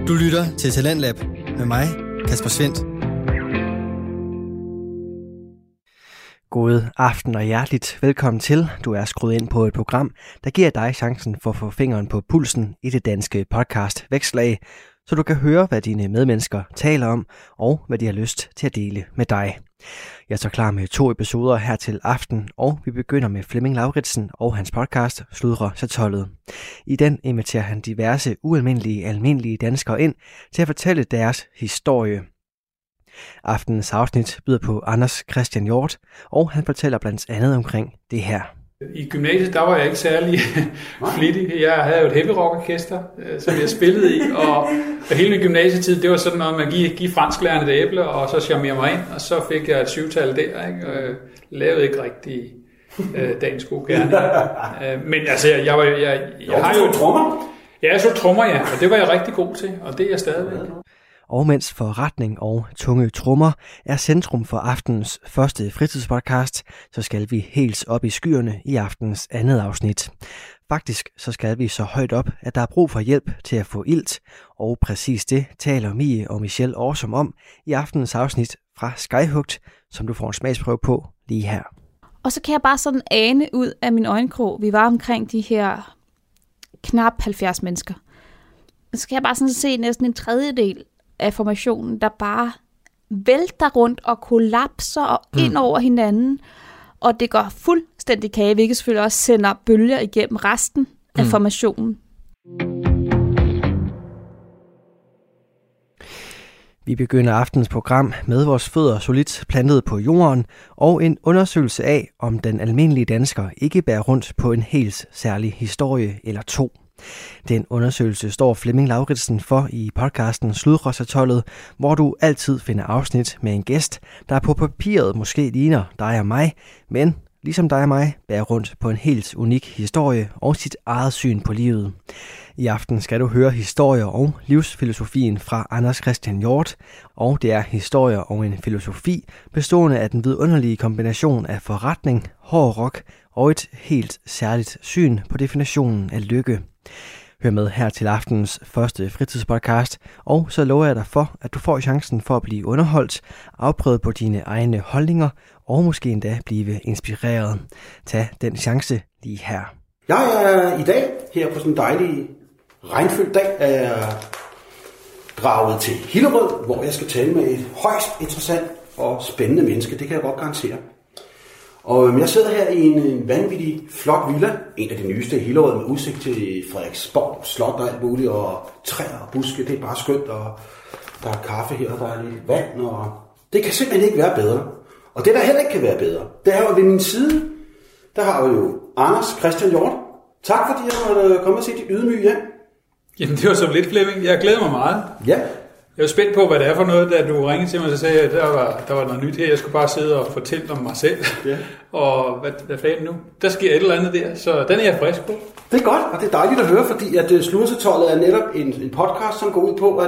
Du lytter til Talentlab med mig, Kasper Svendt. God aften og hjerteligt velkommen til. Du er skruet ind på et program, der giver dig chancen for at få fingeren på pulsen i det danske podcast Vækslag, så du kan høre, hvad dine medmennesker taler om, og hvad de har lyst til at dele med dig. Jeg er så klar med 2 episoder her til aften, og vi begynder med Flemming Lauritsen og hans podcast Sludre Satollet. I den inviterer han diverse almindelige danskere ind til at fortælle deres historie. Aftenens afsnit byder på Anders Christian Hjort, og han fortæller blandt andet omkring det her. I gymnasiet, der var jeg ikke særlig flittig. Jeg havde jo et heavy rock orkester, som jeg spillede i, og hele min gymnasietid, det var sådan noget med at give fransklærerne et æble, og så charmere mig ind, og så fik jeg et 7-tal der, ikke? Og lavede ikke rigtig dagens gode gerne. Men altså, jeg har jo trommer. Ja, jeg så trommer, ja, og det var jeg rigtig god til, og det er jeg stadigvæk. Og mens forretning og tunge trommer er centrum for aftenens første fritidspodcast, så skal vi helt op i skyerne i aftenens andet afsnit. Faktisk så skal vi så højt op, at der er brug for hjælp til at få ilt, og præcis det taler Mie og Michelle Awesome om i aftenens afsnit fra Skyhugt, som du får en smagsprøve på lige her. Og så kan jeg bare sådan ane ud af min øjenkrog, vi var omkring de her knap 70 mennesker. Så kan jeg bare sådan se næsten en tredjedel af formationen, der bare vælter rundt og kollapser og ind over hinanden. Og det går fuldstændig kage, hvilket selvfølgelig også sender bølger igennem resten af formationen. Vi begynder aftens program med vores fødder solidt plantet på jorden og en undersøgelse af, om den almindelige dansker ikke bærer rundt på en helt særlig historie eller 2. Den undersøgelse står Flemming Lauritsen for i podcasten Sludre Satollet, hvor du altid finder afsnit med en gæst, der på papiret måske ligner dig og mig, men ligesom dig og mig bærer rundt på en helt unik historie og sit eget syn på livet. I aften skal du høre historier og livsfilosofien fra Anders Christian Hjort, og det er historier og en filosofi bestående af den vidunderlige kombination af forretning, hård rock og et helt særligt syn på definitionen af lykke. Hør med her til aftens første fritidspodcast, og så lover jeg dig for, at du får chancen for at blive underholdt, afprøvet på dine egne holdninger, og måske endda blive inspireret. Tag den chance lige her. Jeg er i dag her på sådan en dejlig regnfyldt dag, er jeg draget til Hillerød, hvor jeg skal tale med et højst interessant og spændende menneske, det kan jeg godt garantere. Og jeg sidder her i en vanvittig flot villa, en af de nyeste i Hillerød, med udsigt til Frederiksborg Slot og alt muligt, og træer og buske, det er bare skønt, og der er kaffe her, og der er lidt vand, og det kan simpelthen ikke være bedre. Og det, der heller ikke kan være bedre, det er jo ved min side, der har vi jo Anders Christian Hjort. Tak fordi jeg måtte komme og se dit ydmyge hjem. Jamen, det var så lidt, Flemming. Jeg glæder mig meget. Ja. Jeg var spændt på, hvad det er for noget, da du ringede til mig, så sagde jeg, at der var noget nyt her. Jeg skulle bare sidde og fortælle om mig selv. Ja. Og hvad fanden nu? Der sker et eller andet der, så den er jeg frisk på. Det er godt, og det er dejligt at høre, fordi at Sludre Satollet er netop en podcast, som går ud på,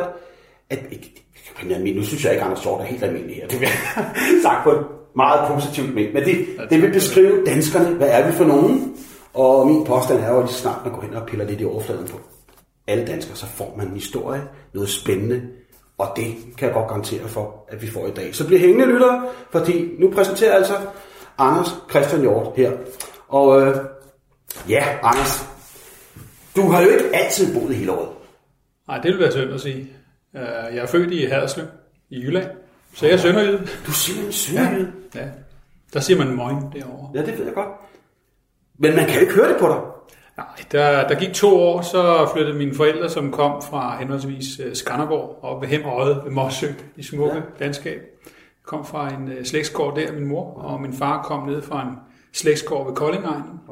nu synes jeg ikke, Anders Hjort er helt almindelig her. Det vil jeg sagt på et meget positivt med. Men det vil beskrive danskerne. Hvad er vi for nogen? Og min påstand er jo, at lige snart man går hen og piller lidt i overfladen på alle danskere, så får man en historie, noget spændende. Og det kan jeg godt garantere for, at vi får i dag. Så bliver hængende lyttere, fordi nu præsenterer jeg altså Anders Christian Hjort her. Og Anders, du har jo ikke altid boet i Hillerød. Nej, det vil være synd at sige. Jeg er født i Haderslev i Jylland, så jeg er sønderjyde. Du er simpelthen sønderjyde? Ja, der siger man møgen derovre. Ja, det ved jeg godt. Men man kan jo ikke høre det på dig. Nej, der gik 2 år, så flyttede mine forældre, som kom fra henholdsvis Skanderborg og ved Hemmerøde ved Mossø i smukke landskab. Jeg kom fra en slægtsgård der, min mor, og min far kom ned fra en slægtsgård ved Koldingegnen.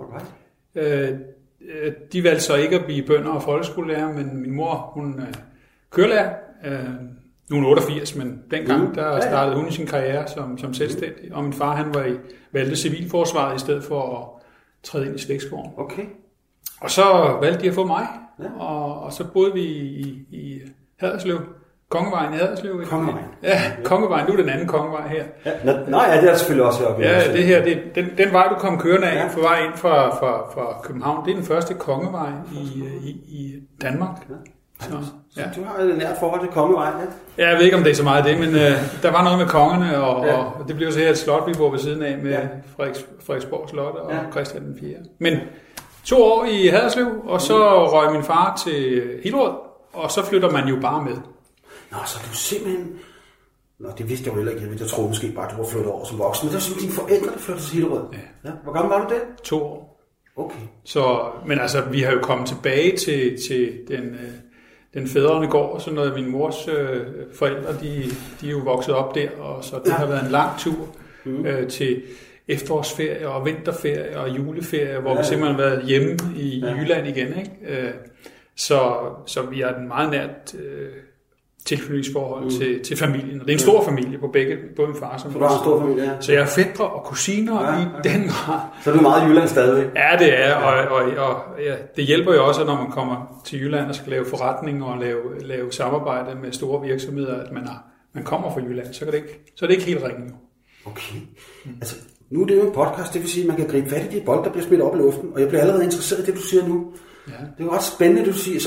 De valgte så ikke at blive bønder og folkeskolelærer, men min mor, hun kørelærer. Nu er hun 88, men dengang der startede hun sin karriere som selvstændig, og min far han valgte civilforsvaret i stedet for at træde ind i slægtsgården. Okay. Og så valgte de at få mig, og så boede vi i Haderslev, Kongevejen i Haderslev. Kongevejen? Ja, Kongevejen, nu er den anden Kongevej her. Ja. Nej, det er selvfølgelig også heroppe. Ja, det her, den vej, du kom kørende af, på vej ind fra København, det er den første Kongevej i Danmark. Så du har et nært forhold til kongevej, ja? Ja, jeg ved ikke, om det er så meget det, men der var noget med kongerne, og det blev så her et slot, vi bor ved siden af med Frederiksborg Slot og Christian den 4. Men 2 år i Haderslev, og så røg min far til Hillerød, og så flytter man jo bare med. Nå, så du simpelthen... Nå, det vidste jeg jo heller ikke. Jeg troede måske bare, at du var flyttet over som voksen. Men det var simpelthen dine forældre, der flyttede til Hillerød. Ja. Hvor gammel var du der? 2 år. Okay. Så, men altså, vi har jo kommet tilbage til den fædrene gård og sådan noget. Min mors forældre, de er jo vokset op der, og så det har været en lang tur til efterårsferie og vinterferie og juleferie, hvor vi simpelthen har været hjemme i Jylland igen, ikke? Så vi har den meget nært tilknytningsforhold til familien. Og det er en stor familie på begge, både min far og min mor. Stor familie, ja. Så jeg har fætre og kusiner i den grad. Så er du meget i Jylland stadigvæk? Ja, det er, og det hjælper jo også, når man kommer til Jylland og skal lave forretning og lave samarbejde med store virksomheder, at man kommer fra Jylland, så er det ikke helt ringe. Okay. Altså, nu er det jo en podcast, det vil sige, at man kan gribe fat i de bold, der bliver smidt op i luften, og jeg bliver allerede interesseret i det, du siger nu. Ja. Det er jo ret spændende, det du siger.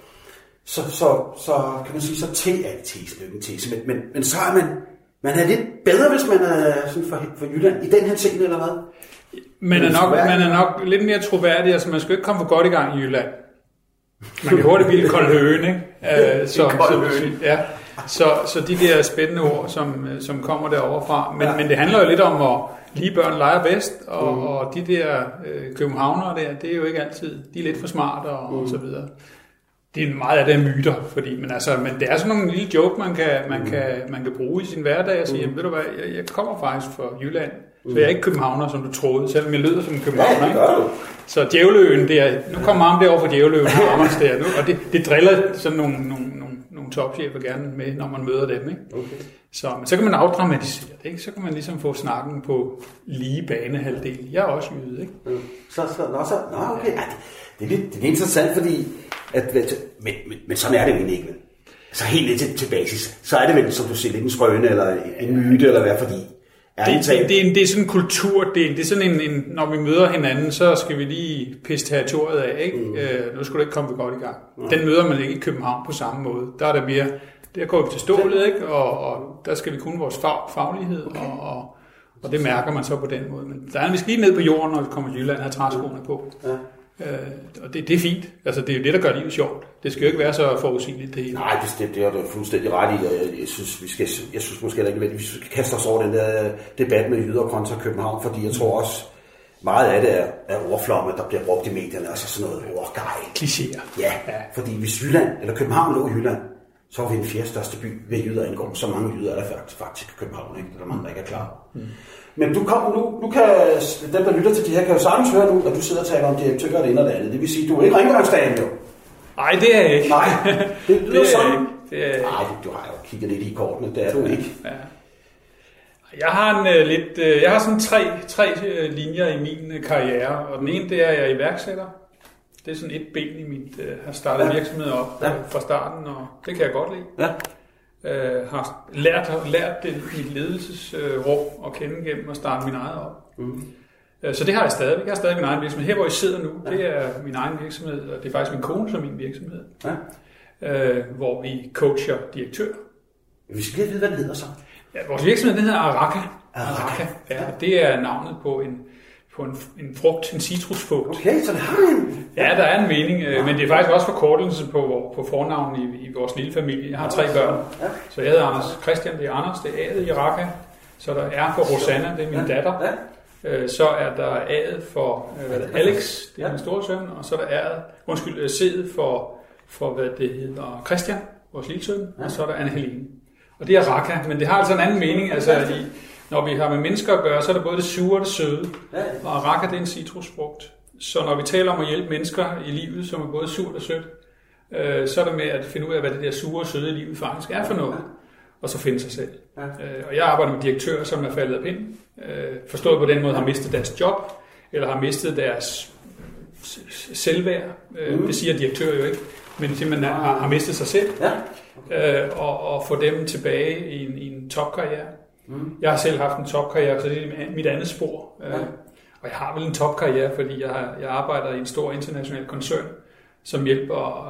Så kan man sige, så tese, men så er man er lidt bedre, hvis man er sådan for Jylland i den her scene, eller hvad? Man er nok lidt mere troværdig, altså man skal ikke komme for godt i gang i Jylland. Man kan hurtigt blive kold høen, ikke? Så de der spændende ord, som kommer derovre fra. Men det handler jo lidt om, at lige børn leger bedst, og de der københavnere der, det er jo ikke altid, de er lidt for smarte og så videre. Det er meget af det myter, men det er sådan nogle lille joke, man kan bruge i sin hverdag og sige, ved du hvad, jeg kommer faktisk fra Jylland, så jeg er ikke københavner, som du troede, selvom jeg lyder som en københavner. Ikke? Så Djævleøen, nu kommer ham derovre fra Djævleøen og Randers der nu, og det driller sådan nogle topchefer gerne med, når man møder dem. Ikke? Okay. Men så kan man afdramatisere det, ikke? Så kan man ligesom få snakken på lige banehalvdel. Jeg er også jyde, ikke? Okay. Ja, det er lidt interessant, fordi men sådan er det jo egentlig ikke. Så helt lidt til basis, så er det vel, som du siger, lidt en skrøne eller en myte, eller hvad, fordi... Det er sådan en kultur, det er sådan en, når vi møder hinanden, så skal vi lige pisse territoriet af, ikke? Nu skulle det ikke komme godt i gang. Den møder man ikke i København på samme måde. Der er der mere, der går vi til stålet, ikke? Og der skal vi kunne vores faglighed, og det mærker man så på den måde. Men vi skal lige ned på jorden, når vi kommer til Jylland og har træskoene på. Og det er fint. Altså, det er jo det, der gør livet sjovt. Det skal jo ikke være så forudsigeligt det hele. Nej, bestemt. Det har du fuldstændig ret i. Jeg synes måske ikke, at vi skal kaste os over den der debat med jyder kontra København, fordi jeg tror også, meget af det er ordflomme, der bliver brugt i medierne, altså sådan noget ordgejl. Klichéer. Ja, fordi hvis Jylland, eller København lå i Jylland, så var vi den 4. største by ved jyder indgår. Så mange jyder er der faktisk i København, ikke? Der er mange, der ikke er klar. Men du kommer nu kan dem, der lytter til det her, kan jo sagtens høre nu, at du sidder og taler om direktører og det ene og det andet. Det vil sige, du er ikke rengøringsdagen jo. Nej, det er jeg ikke. Nej, det lyder sådan. Nej, du har jo kigget lidt i kortene, det er du ikke. Ja. Jeg har sådan tre linjer i min karriere, og den ene, det er, at jeg er iværksætter. Det er sådan et ben i mit, har startet virksomhed op fra starten, og det kan jeg godt lide. Ja. Har lært mit ledelsesrum at kende gennem at starte min eget op. Så det har jeg stadig. Jeg har stadig min egen virksomhed. Her hvor jeg sidder nu, det er min egen virksomhed, og det er faktisk min kone som min virksomhed. Hvor vi coacher direktør. Vi skal lige vide, hvad det hedder så. Ja, vores virksomhed, den hedder Araka. Ja, det er navnet på en frugt, en citrusfrugt. Okay, så det har en... Ja, der er en mening, men det er faktisk også forkortelse på fornavnet i vores lille familie. Jeg har 3 børn, så jeg hedder Anders Christian, det er Anders, det er A'et i Raka. Så der er for Rosanna, det er min datter. Så er der A'et for Alex, det er min store søn, og så er der C'et for hvad det hedder, Christian, vores lille søn, og så er der Anne-Helene. Og det er Raka, men det har altså en anden mening, altså når vi har med mennesker at gøre, så er der både det sure og det søde. Og Araka, det er en citrusfrugt. Så når vi taler om at hjælpe mennesker i livet, som er både surt og sødt, så er det med at finde ud af, hvad det der sure og søde i livet faktisk er for noget. Og så finde sig selv. Og jeg arbejder med direktører, som er faldet af pinden. Forstået på den måde, har mistet deres job, eller har mistet deres selvværd. Det siger direktører jo ikke. Men simpelthen har mistet sig selv. Og få dem tilbage i en topkarriere. Jeg har selv haft en topkarriere, så det er mit andet spor. Og jeg har vel en topkarriere, fordi jeg arbejder i en stor international koncern, som hjælper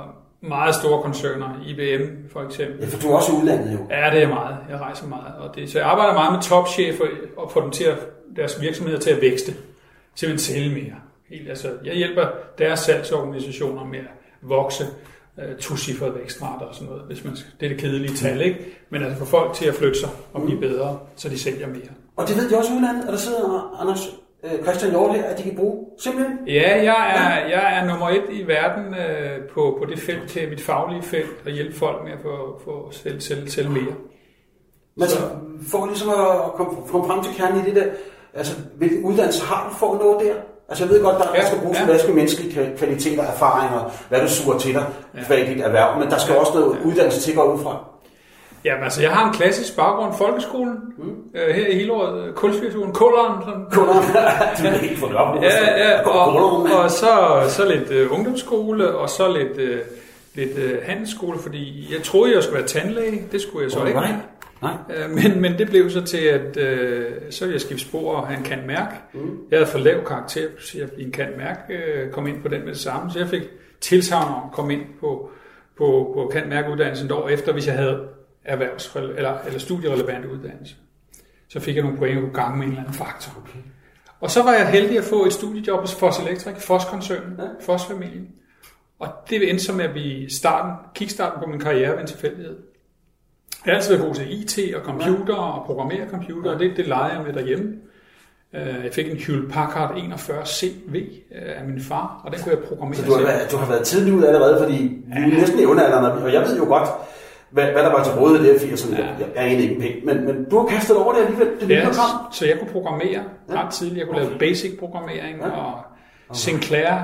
meget store koncerner, IBM for eksempel. Ja, for du er også udlandet jo. Ja, det er meget. Jeg rejser meget. Så jeg arbejder meget med topchefer og får dem til deres virksomheder til at vækste. Simpelthen sælge mere. Jeg hjælper deres salgsorganisationer med at vokse, tocifrede vækstrater og sådan noget. Det er det kedelige tal, ikke? Men altså få folk til at flytte sig og blive bedre, så de sælger mere. Og det ved de også udlandet, at der sidder Anders Christian Hjort her, at de kan bruge simpelthen? Ja, jeg er nummer 1 i verden på det felt, til mit faglige felt, og hjælpe folk med at få sælge mere. Men så for ligesom at komme frem til kernen i det der, altså hvilken uddannelse har du for at nå der? Altså jeg ved godt, der skal bruges en masse menneskelige kvaliteter, erfaringer, hvad du suger til dig, hvad dit erhverv, men der skal også noget uddannelse til at gå ud fra. Jamen altså, jeg har en klassisk baggrund, folkeskolen, her i Hillerød, Kulsfjordskolen, Kulleren. Kulleren, det er helt fornøjelig. Og så lidt ungdomsskole, og så lidt handelsskole, fordi jeg troede, jeg skulle være tandlæge, det skulle jeg så ikke. Nej. Men det blev så til, at så ville jeg skifte spor og have en cand.merc. Jeg havde for lav karakter, så jeg blev en cand.merc, kom ind på den med det samme, så jeg fik tilsagn om at komme ind på cand.merc-uddannelsen et år efter, hvis jeg havde eller studierelevant uddannelse. Så fik jeg nogle point på gang med en eller anden faktor. Okay. Og så var jeg heldig at få et studiejob hos Foss Electric, Foss-koncernen, Foss-familien. Og det endte så med at blive kickstarten på min karriere ved en tilfældighed. Jeg har altid været god til IT og computer og programmere computer, og det legede jeg med derhjemme. Jeg fik en Hewlett Packard 41CV af min far, og den kunne jeg programmere. Så du har været tidlig ud allerede, fordi vi er næsten i underalderen, og jeg ved jo godt, hvad der var til rådighed der i 80'erne. Jeg er egentlig ikke pænt, men du har kastet over det alligevel. Så jeg kunne programmere ret tidligt. Jeg kunne lave basic programmering og Sinclair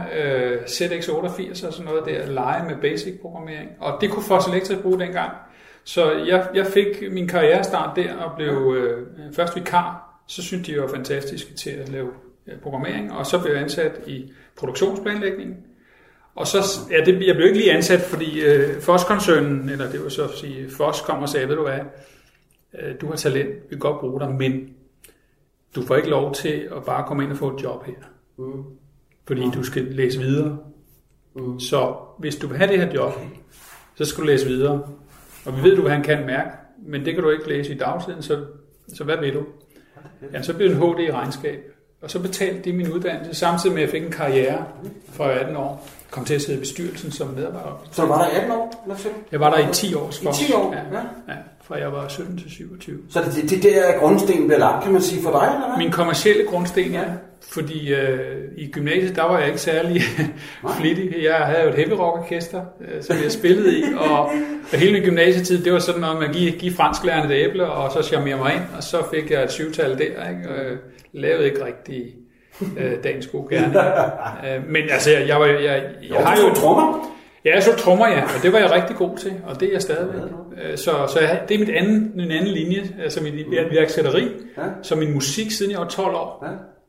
ZX88 og sådan noget der, lege med basic programmering. Og det kunne Foss Electric bruge dengang. Så jeg fik min karrierestart der og blev først vikar. Så syntes de, jeg var fantastiske til at lave programmering. Og så blev jeg ansat i produktionsplanlægning. Og så, jeg blev ikke lige ansat, fordi Foss-koncernen, eller det var så at sige, Foss kom og sagde, ved du hvad, du har talent, vi kan godt bruge dig, men du får ikke lov til at bare komme ind og få et job her. Fordi du skal læse videre. Så hvis du vil have det her job, så skal du læse videre. Og vi ved, du vil have en cand.merc, men det kan du ikke læse i dagtiden, så hvad vil du? Ja, så blev det en HD i regnskab. Og så betalte de min uddannelse, samtidig med at jeg fik en karriere fra 18 år. Jeg kom til at sidde i bestyrelsen som medarbejder. Så du var der i 18 år? Jeg var der i 10 år. I 10 år? Ja, fra jeg var 17 til 27. Så det der grundsten blev lagt, kan man sige, for dig, eller hvad? Min kommercielle grundsten, ja. Fordi i gymnasiet, der var jeg ikke særlig flittig. Jeg havde jo et heavy rock orkester, som jeg spillede i, og hele min gymnasietid, det var sådan noget med at give fransklærerne et æble, og så charmere mig ind, og så fik jeg et 7-tal der, ikke? Og lavede ikke rigtig dagens gode gerne. Men altså, jeg har jo trommer. Ja, jeg så trommer, ja, og det var jeg rigtig god til, og det er jeg stadigvæk. Så det er min anden linje, altså mit iværksætteri, så min musik siden jeg var 12 år.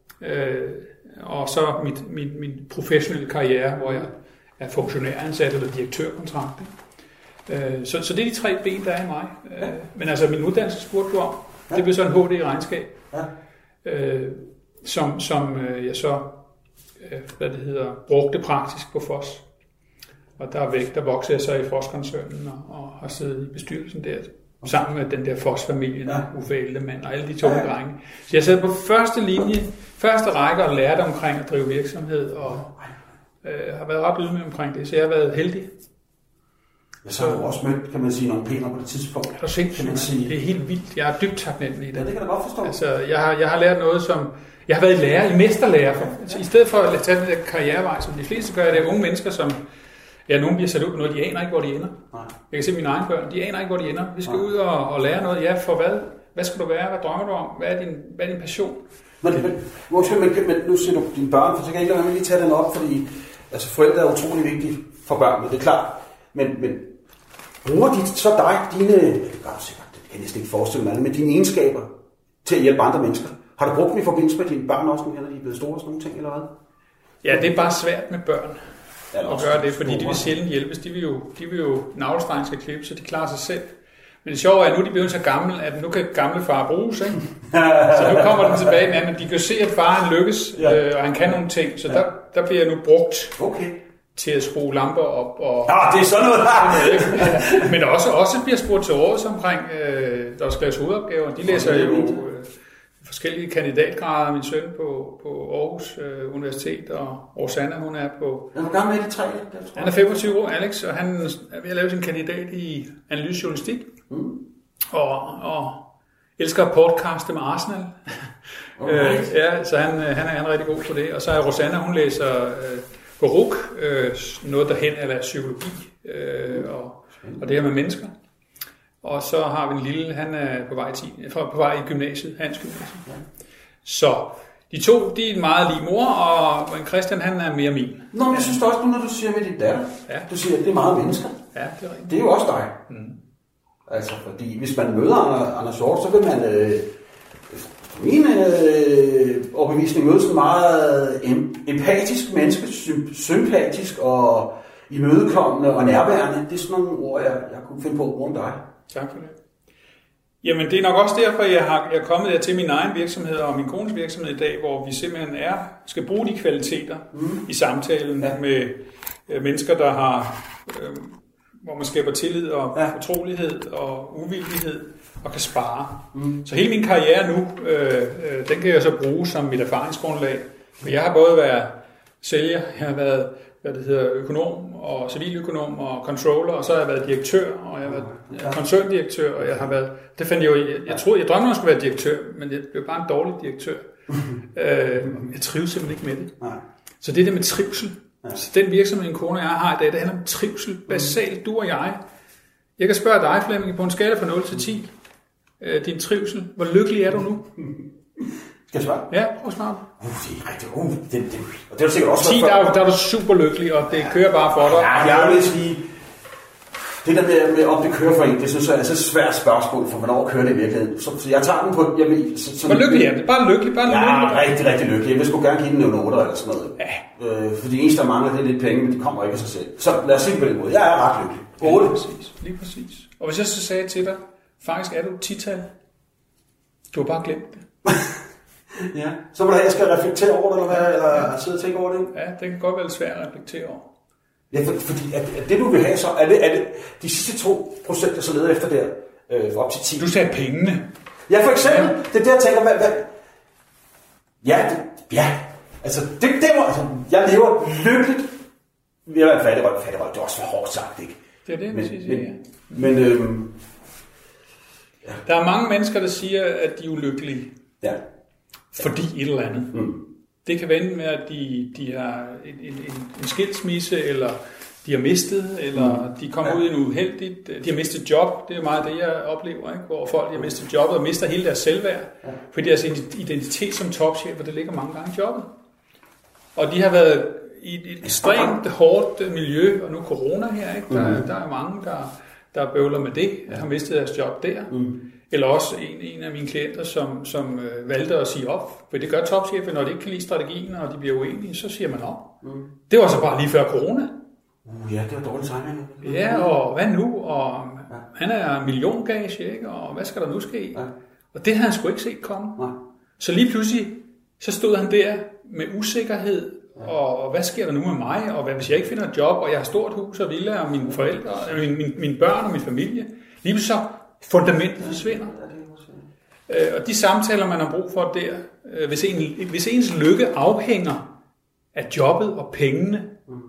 Og så min professionelle karriere, hvor jeg er funktionæransat eller direktørkontrakt. Så det er de 3 ben, der er i mig. Men altså min uddannelse spurgte du om, det blev så en HD i regnskab, som jeg så brugte praktisk på Foss. Og der voksede jeg så i Foss-koncernen og har siddet i bestyrelsen der, sammen med den der Foss-familien, Uffe Eldemann og alle de tunge drenge. Så jeg sad på første række og lærte omkring at drive virksomhed, og har været ret ydmyg omkring det, så jeg har været heldig. Jeg så har jo også mødt, kan man sige, nogle pæner på det tidspunkt. Kan man sige. Det er helt vildt. Jeg er dybt taknemmelig i det. Ja, det kan jeg godt forstå. Altså, jeg har lært noget, som... Jeg har været lærer, mesterlærer. I stedet for at tage den der karrierevej, som de fleste gør, det er unge mennesker, som... Ja, nogen bliver sat ud på noget, de aner ikke, hvor de ender. Nej. Jeg kan se mine egne børn, de aner ikke, hvor de ender. Vi skal ud og lære noget. Ja, for hvad? Hvad skal du være? Hvad drømmer du om? Hvad er din passion? Men nu siger du dine børn, for så kan jeg ikke lige tage den op, fordi altså, forældre er utrolig vigtige for børn, det er klart. Men bruger de så dig, dine, det kan jeg næsten ikke forestille mig, men dine egenskaber til at hjælpe andre mennesker? Har du brugt dem i forbindelse med dine børn også, når de er blevet store og sådan nogle ting, eller hvad? Ja, det er bare svært med børn at gøre det, fordi de vil sjældent hjælpes. De vil jo navlestrengen skal klippe, så de klarer sig selv. Men det sjove er, at nu er de blevet så gamle, at nu kan gamle far bruges, ikke? Så nu kommer den tilbage, men de kan se, at faren lykkes, og han kan nogle ting, så der bliver nu brugt til at skrue lamper op. Og, det er sådan noget der. Men også bliver spurgt til råds omkring, der skal laves hovedopgaver. De læser jo forskellige kandidatgrader. Min søn på Aarhus Universitet, og Rosanna, hun er på... Hvor gammel er de 3? Han er 25 år, Alex, og han er ved at lave sin kandidat i analysejournalistik. Og elsker at podcaste med Arsenal. Så han er rigtig god på det. Og så er Rosanna, hun læser på RUC, noget derhen eller psykologi, og det her med mennesker. Og så har vi en lille, han er på vej i gymnasiet, Hans Gymnasiet. Så de to, de er meget lige mor, og Christian, han er mere min. Nå, men jeg synes også, når du siger med din datter, du siger, at det er meget mennesker. Ja, det er rigtigt. Det er jo også dig. Altså, fordi hvis man møder Anders Hjort, så vil man min overbevisning møde sådan meget empatisk menneske, sympatisk og imødekommende og nærværende. Det er sådan nogle ord, jeg kunne finde på at bruge om dig. Tak for det. Jamen, det er nok også derfor, jeg er kommet der til min egen virksomhed og min kones virksomhed i dag, hvor vi simpelthen skal bruge de kvaliteter i samtalen med mennesker, der har... hvor man skaber tillid og fortrolighed og uvildighed og kan spare. Så hele min karriere nu, den kan jeg så bruge som mit erfaringsgrundlag. For jeg har både været sælger, jeg har været økonom og civiløkonom og controller, og så har jeg været direktør, og jeg har været koncerndirektør, og jeg har været... Det fandt jeg jo... Jeg troede, jeg drømte, at jeg skulle være direktør, men jeg blev bare en dårlig direktør. Jeg trives simpelthen ikke med det. Så det med trivsel. Så den virksomhed, en kone og jeg har i dag, det handler om trivsel. Basalt, du og jeg. Jeg kan spørge dig, Flemming, på en skala fra 0 til 10. Din trivsel. Hvor lykkelig er du nu? Skal jeg svare? Ja, prøv at svare. Det er rigtigt. Og det er sikkert også 10, der er du super lykkelig, og det kører bare for dig. Ja, jeg vil sige, det der med om det kører for en, det synes jeg er så svært spørgsmål, for hvornår kører det i virkeligheden. Så jeg tager den på... Hvor lykkelig er det? Bare lykkelig? Rigtig, rigtig lykkelig. Jeg vil sgu gerne give den en 8 eller sådan noget. Ja. For det eneste, der mangler, det er lidt penge, men de kommer ikke af sig selv. Så lad os se på den måde. Jeg er ret lykkelig. 8. Lige præcis. Og hvis jeg så sagde til dig, faktisk er du et 10-tal. Du har bare glemt det. Ja. Så må jeg skal reflektere over det, eller sidde og tænke over det? Ja, det kan godt være svært at reflektere over. Ja, fordi at det du vil have så, er det de sidste 2%, jeg så leder efter der, op til 10. Du sagde pengene. Ja, for eksempel. Ja. Det er der, jeg tænker, hvad? Ja. Altså, det var, altså, jeg lever lykkeligt. Jeg er fattigrøg, det er også for hårdt sagt, ikke? Det er det, man siger, ja. Men ja. Der er mange mennesker, der siger, at de er ulykkelige. Ja. Fordi et eller andet. Det kan vende med, at de har en skilsmisse, eller de har mistet, eller de kommer ud i en uheldigt, de har mistet job. Det er meget det, jeg oplever, ikke? Hvor folk har mistet jobbet og mister hele deres selvværd. Fordi deres identitet som topchefer, det ligger mange gange i jobbet. Og de har været i et ekstremt hårdt miljø, og nu corona her, ikke? Der er mange, der bøvler med det, har mistet deres job der. Eller også en af mine klienter, som valgte at sige op. For det gør topchefer, når de ikke kan lide strategien, og de bliver uenige, så siger man op. Det var så bare lige før corona. Ja, det var dårligt timing. Ja, og hvad nu? Og han er milliongage, ikke? Og hvad skal der nu ske? Ja. Og det havde han sgu ikke set komme. Nej. Så lige pludselig, så stod han der med usikkerhed, og hvad sker der nu med mig? Og hvad hvis jeg ikke finder et job, og jeg har stort hus og villa, og mine forældre, mine børn og min familie? Lige pludselig så fundamentet forsvinder. Og de samtaler, man har brug for der, hvis ens lykke afhænger af jobbet og pengene,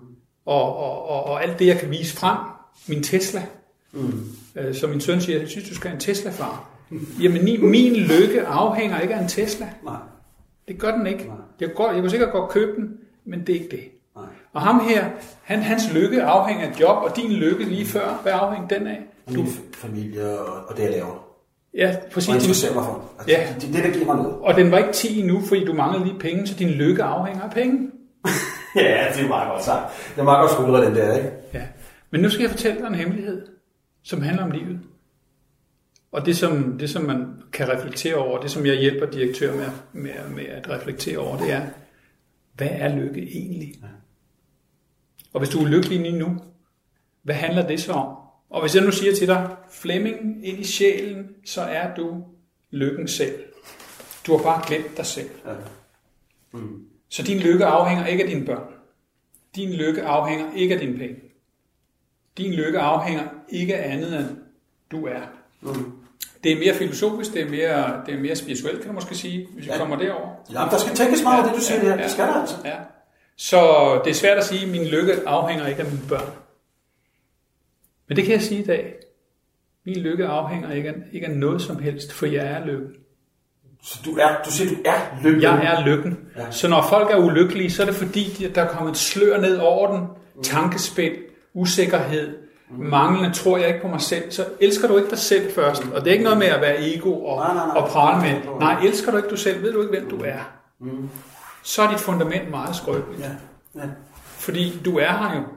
og alt det, jeg kan vise frem, min Tesla, som min søn siger, jeg synes, du skal have en Tesla-far. Jamen, min lykke afhænger ikke af en Tesla. Nej. Det gør den ikke. Jeg kunne sikkert godt købe den, men det er ikke det. Nej. Og ham her, hans lykke afhænger af job, og din lykke lige før, hvad afhænger den af? Min familie og det, jeg laver. Ja, præcis. Og interesserer mig for. Altså, ja. Det, der giver mig noget. Og den var ikke 10 endnu, fordi du mangler lige penge, så din lykke afhænger af penge. Ja, det er meget godt sagt. Det er meget godt skuldret, den der, ikke? Ja. Men nu skal jeg fortælle dig en hemmelighed, som handler om livet. Og det som man kan reflektere over, det som jeg hjælper direktør med at reflektere over, det er, hvad er lykke egentlig? Ja. Og hvis du er lykkelig lige nu, hvad handler det så om? Og hvis jeg nu siger til dig, Flemming, ind i sjælen, så er du lykken selv. Du har bare glemt dig selv. Ja. Så din lykke afhænger ikke af dine børn. din lykke afhænger ikke af dine penge. Din lykke afhænger ikke af andet, end du er. Det er mere filosofisk, det er mere spirituelt, kan man måske sige, hvis vi kommer derover. Ja, der skal tænkes meget af det, du siger her. Det skal der altså. Ja. Så det er svært at sige, at min lykke afhænger ikke af mine børn. Men det kan jeg sige i dag. Min lykke afhænger ikke af noget som helst, for jeg er lykken. Så du siger, du er lykken? Jeg er lykken. Ja. Så når folk er ulykkelige, så er det fordi, der er kommet et slør ned over den. Tankespænd, usikkerhed, manglende tror jeg ikke på mig selv. Så elsker du ikke dig selv først. Og det er ikke noget med at være ego og prale med. Nej, elsker du ikke dig selv, ved du ikke, hvem du er. Så er dit fundament meget skrøbeligt. Ja. Fordi du er her jo.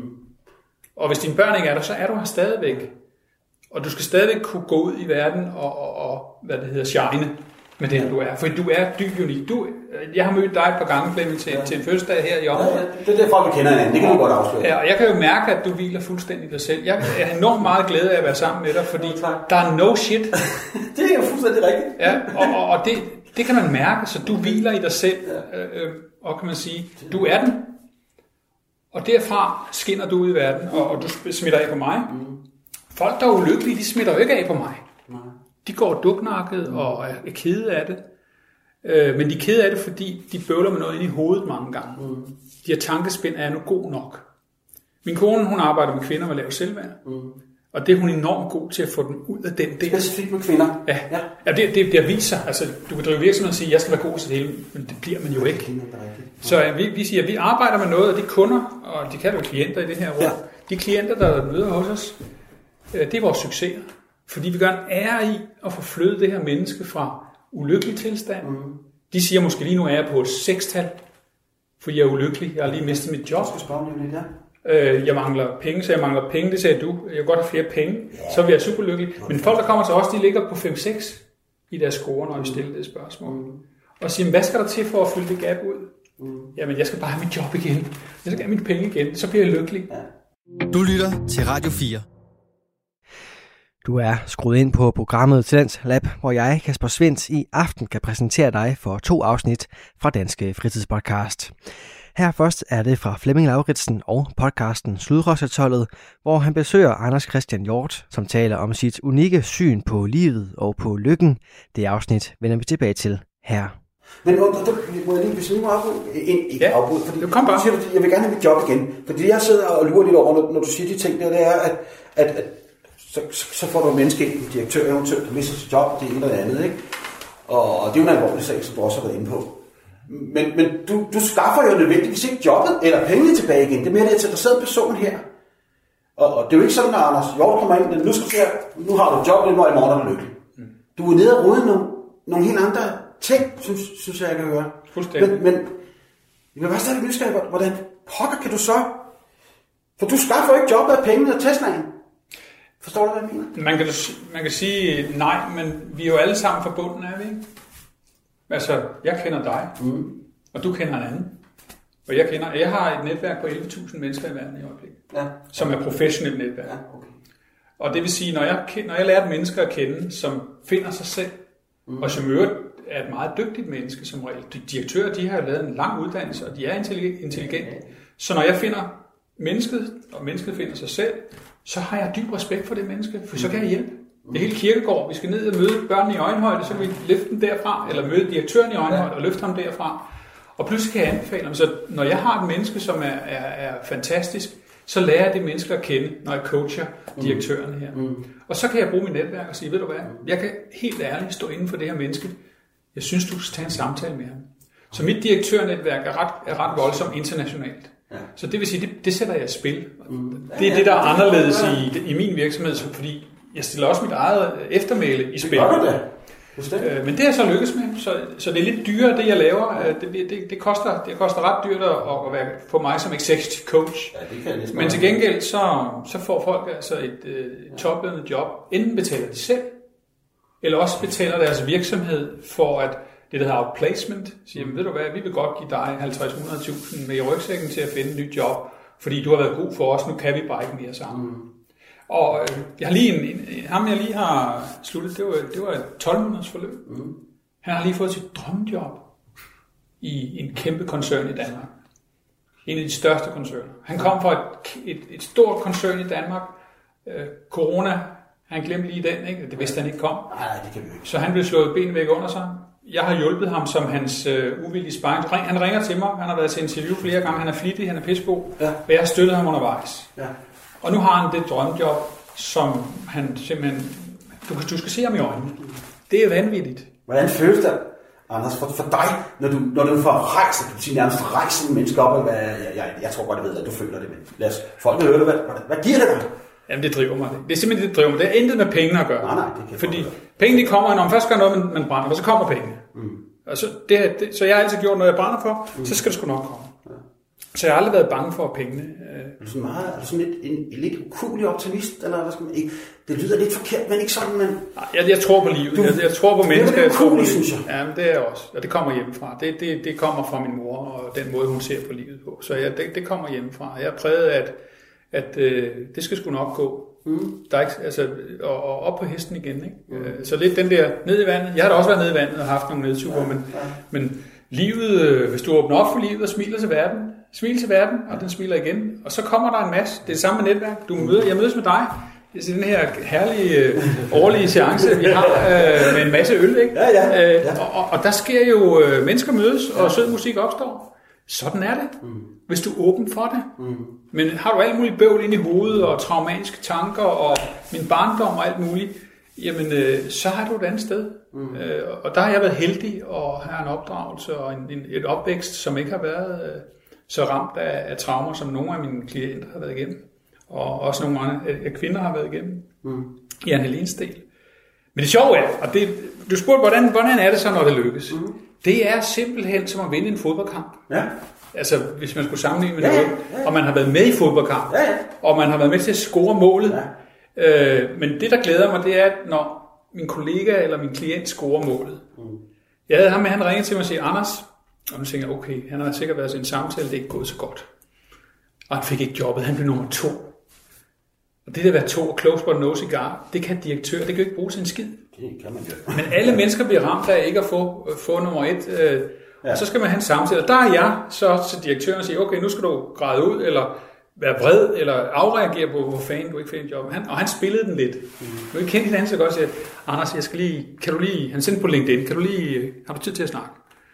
Og hvis dine børn ikke er der, så er du her stadigvæk. Og du skal stadigvæk kunne gå ud i verden og shine med det, du er. For du er dybt unik. Jeg har mødt dig et par gange, Flemming, til en fødselsdag her i området. Ja, det er folk, vi kender hinanden. Det kan du godt afsløre. Ja, og jeg kan jo mærke, at du hviler fuldstændig dig selv. Jeg er enormt meget glad af at være sammen med dig, fordi der er no shit. Det er jo fuldstændig rigtigt. Ja, og det kan man mærke, så du hviler i dig selv. Og kan man sige, du er den. Og derfra skinner du ud i verden, og du smitter af på mig. Folk, der er ulykkelige, de smitter jo ikke af på mig. De går duknakket og er kede af det. Men de er kede af det, fordi de bøvler med noget ind i hovedet mange gange. De her tankespænd er nu god nok. Min kone, hun arbejder med kvinder med lav selvværd. Og det er hun enormt god til at få dem ud af den del. Specifikt med kvinder? Ja, det viser. Altså, du kan drive virksomhed og sige, at jeg skal være god til det hele, men det bliver man jo ikke. Så vi siger, at vi arbejder med noget, og de kunder, og de kan jo klienter i det her rum, de klienter, der møder hos os, det er vores succeser. Fordi vi gør en ære i at få flyttet det her menneske fra ulykkelig tilstand. De siger måske lige nu er jeg på et 6-tal, for jeg er ulykkelig. Jeg har lige mistet mit job. Jeg mangler penge, så jeg mangler penge. Det sagde du. Jeg vil godt have flere penge. Så vil jeg super lykkelig. Men folk, der kommer til os, de ligger på 5-6 i deres score, når vi stiller det spørgsmål. Og siger, hvad skal der til for at fylde det gap ud? Jamen, jeg skal bare have mit job igen. Jeg skal have mit penge igen. Så bliver jeg lykkelig. Du lytter til Radio 4. Du er skruet ind på programmet Talents Lab, hvor jeg, Kasper Svendt, i aften kan præsentere dig for 2 afsnit fra Danske Fritidspodcast. Her først er det fra Flemming Lauritsen og podcasten Sludrøsatollet, hvor han besøger Anders Christian Hjort, som taler om sit unikke syn på livet og på lykken. Det afsnit vender vi tilbage til her. Men må jeg lige beslutte mig afbud? Fordi kom bare. Jeg vil gerne have mit job igen. Fordi jeg sidder og lurer lidt over, når du siger de ting der, det er, at så får du en menneske ind, en direktør eventuelt, der mister sit job, det ene eller andet, ikke? Og det er jo en alvorlig sag, som du også har været inde på. Men du skaffer jo nødvendigvis ikke jobbet eller pengene tilbage igen. Det er mere en interesseret person her. Og det er jo ikke sådan, at Anders Hjort kommer ind, nu har du et job, og i morgen er du lykkelig. Du er nede og rode nogle helt andre ting, synes jeg kan høre. Fuldstændig. Men jeg vil bare stadig nysgerrig, hvordan pokker kan du så? For du skaffer jo ikke jobbet af pengene og Teslaen. Forstår du, hvad jeg mener? Man kan sige nej, men vi er jo alle sammen forbundet, er vi ikke? Altså, jeg kender dig, og du kender en anden. Og jeg har et netværk på 11.000 mennesker i verden i øjeblikket, som er professionelt netværk. Ja, okay. Og det vil sige, når jeg lærer et menneske at kende, som finder sig selv, og som er et meget dygtigt menneske som regel. De direktører, de har jo lavet en lang uddannelse, og de er intelligente. Så når jeg finder mennesket, og mennesket finder sig selv, så har jeg dyb respekt for det menneske, for så kan jeg hjælpe. Det er hele Kirkegård. Vi skal ned og møde børnene i øjenhøjde, så kan vi løfte dem derfra, eller møde direktøren i øjenhøjde og løfte ham derfra. Og pludselig kan jeg anbefale ham. Så når jeg har et menneske, som er fantastisk, så lærer jeg det menneske at kende, når jeg coacher direktøren her. Og så kan jeg bruge mit netværk og sige, ved du hvad, jeg kan helt ærligt stå inden for det her menneske. Jeg synes, du skal tage en samtale med ham. Så mit direktørnetværk er ret voldsomt internationalt. Så det vil sige, det sætter jeg i spil. Det er det, der er anderledes i min virksomhed, fordi jeg stiller også mit eget eftermæle i spil. Men det er så lykkes med, så det er lidt dyrere, det jeg laver. Det koster ret dyrt at være for mig som executive coach. Men til gengæld, så får folk altså et toplønnet job. Enten betaler de selv, eller også betaler deres virksomhed for at det, der hedder outplacement, siger, ved du hvad, vi vil godt give dig 50-100.000 med i rygsækken til at finde et nyt job, fordi du har været god for os, nu kan vi bare ikke mere sammen. Og jeg har jeg lige har sluttet, det var et 12-måneders forløb. Han har lige fået sit drømmejob i en kæmpe koncern i Danmark. En af de største koncerner. Han kom fra et stort koncern i Danmark. Corona, han glemte lige den, ikke? Det vidste han ikke kom. Nej, det kan vi ikke. Så han blev slået benene væk under sig. Jeg har hjulpet ham som hans uvillige sparring. Han ringer til mig, han har været til interview flere gange, han er flittig, han er pissegod, og jeg har støttet ham undervejs. Ja. Og nu har han det drømmejob, som han simpelthen... Du skal se ham i øjnene. Det er vanvittigt. Hvordan føles det, Anders, for dig, når du får rejst, du siger nærmest rejse en menneske op, og jeg tror godt, jeg ved, at du føler det, men lad os, folk vil høre det, hvad giver det dig? Jamen, det driver mig. Det er simpelthen det driver mig. Det er intet med penge at gøre. Nej, det kan fordi penge, de kommer, når man først gør noget, man brænder, og så kommer pengene. Og så jeg har altid gjort noget, jeg brænder for, så skal det sgu nok komme. Ja. Så jeg har aldrig været bange for pengene. Er du sådan lidt ukulig optimist, eller hvad skal man ikke? Det lyder lidt forkert, men ikke sådan, men... Jeg tror på livet. Jeg tror på mennesker. Jeg tror på livet, synes jeg. Ja, men det er jeg også. Og det kommer hjemmefra. Det kommer fra min mor, og den måde, hun ser på livet på. Så det kommer hjemmefra. Jeg er præget at det skal sgu nok gå. Der er ikke, altså, og op på hesten igen. Ikke? Så lidt den der ned i vandet. Jeg har da også været ned i vandet og haft nogle nedture, men livet, hvis du åbner op for livet og smiler til verden, og den smiler igen, og så kommer der en masse. Det er det samme med netværk. Jeg mødes med dig. Det er den her herlige årlige seance, vi har med en masse øl, ikke? Ja. Og der sker jo, mennesker mødes, og sød musik opstår. Sådan er det, hvis du er åben for det. Men har du alt muligt bøvl ind i hovedet, og traumatiske tanker, og min barndom og alt muligt, jamen, så har du et andet sted. Og der har jeg været heldig, og har en opdragelse og et opvækst, som ikke har været så ramt af traumer, som nogle af mine klienter har været igennem. Og også nogle andre kvinder har været igennem. I Anne Helens del. Men det sjove er, og du spurgte, hvordan er det så, når det lykkes? Det er simpelthen som at vinde en fodboldkamp. Ja. Altså, hvis man skulle sammenligne med noget, og man har været med i fodboldkamp, og man har været med til at score målet. Ja. Men det, der glæder mig, det er, når min kollega eller min klient scorer målet. Jeg havde ham med, han ringede til mig og sagde, Anders, og nu tænker jeg, okay, han har sikkert været til en samtale, det er ikke gået så godt. Og han fik ikke jobbet, han blev nummer 2. Og det der at være 2 og close but no cigar, det kan direktør, det kan jo ikke bruge til en skid. Det kan man jo. Men alle mennesker bliver ramt af ikke at få nummer 1. Og så skal man have en samtale. Og der er jeg så til direktøren og siger, okay, nu skal du græde ud, eller være vred, eller afreagere på, hvor fanden du ikke fik en job. Og han spillede den lidt. Nu kendte hinanden så godt, siger, Anders, han sendte på LinkedIn, har du tid til at snakke?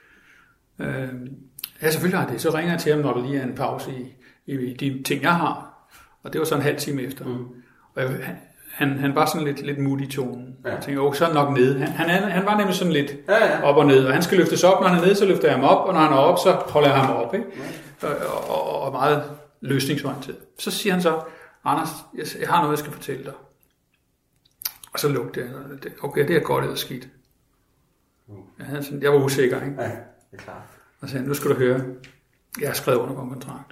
Ja, selvfølgelig har det. Så ringer jeg til ham, når der lige er en pause i de ting, jeg har. Og det var så en halv time efter. Og han var sådan lidt moody i tonen. Ja. Jeg tænkte, så er nok nede. Han var nemlig sådan lidt op og ned. Og han skal løftes op, når han er nede, så løfter jeg ham op. Og når han er op, så holder jeg ham op. Ikke? Og meget løsningsorienteret. Så siger han så, Anders, jeg har noget, jeg skal fortælle dig. Og så lugte jeg. Okay, det er godt eller skidt. Jeg var usikker, ikke? Ja, det er klart. Og så sagde han, nu skal du høre, jeg har skrevet under på en kontrakt.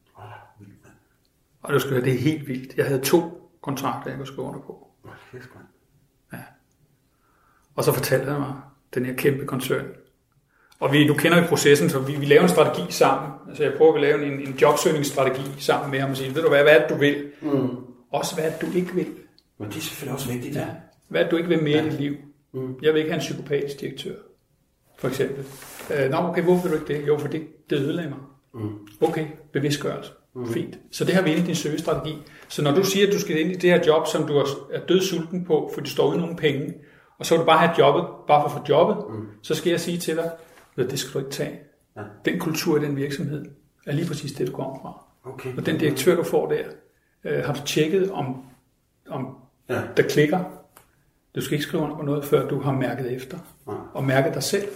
Og du skal høre, det er helt vildt. Jeg havde 2 kontrakter, jeg kunne skrive under på. Ja. Og så fortalte han mig, den her kæmpe koncern. Og nu kender vi processen, så vi laver en strategi sammen. Altså jeg prøver at lave en jobsøgningsstrategi sammen med ham og sige, ved du hvad er det, du vil? Også hvad er det, du ikke vil? Men det er selvfølgelig også vigtigt. Ja. Hvad er det, du ikke vil med i dit liv? Jeg vil ikke have en psykopatisk direktør, for eksempel. Okay, hvorfor vil du ikke det? Jo, for det ødelagde mig. Okay, bevidstgørelse. Fint. Så det har vi inde i din søgestrategi. Så når du siger, at du skal ind i det her job, som du er dødsulten på, for du står uden nogen penge, og så vil du bare have jobbet, bare for at få jobbet, så skal jeg sige til dig, at det skal du ikke tage. Ja. Den kultur i den virksomhed er lige præcis det, du kommer fra. Okay. Og den direktør, du får der, har du tjekket, om der klikker. Du skal ikke skrive under på noget, før du har mærket efter. Og mærket dig selv.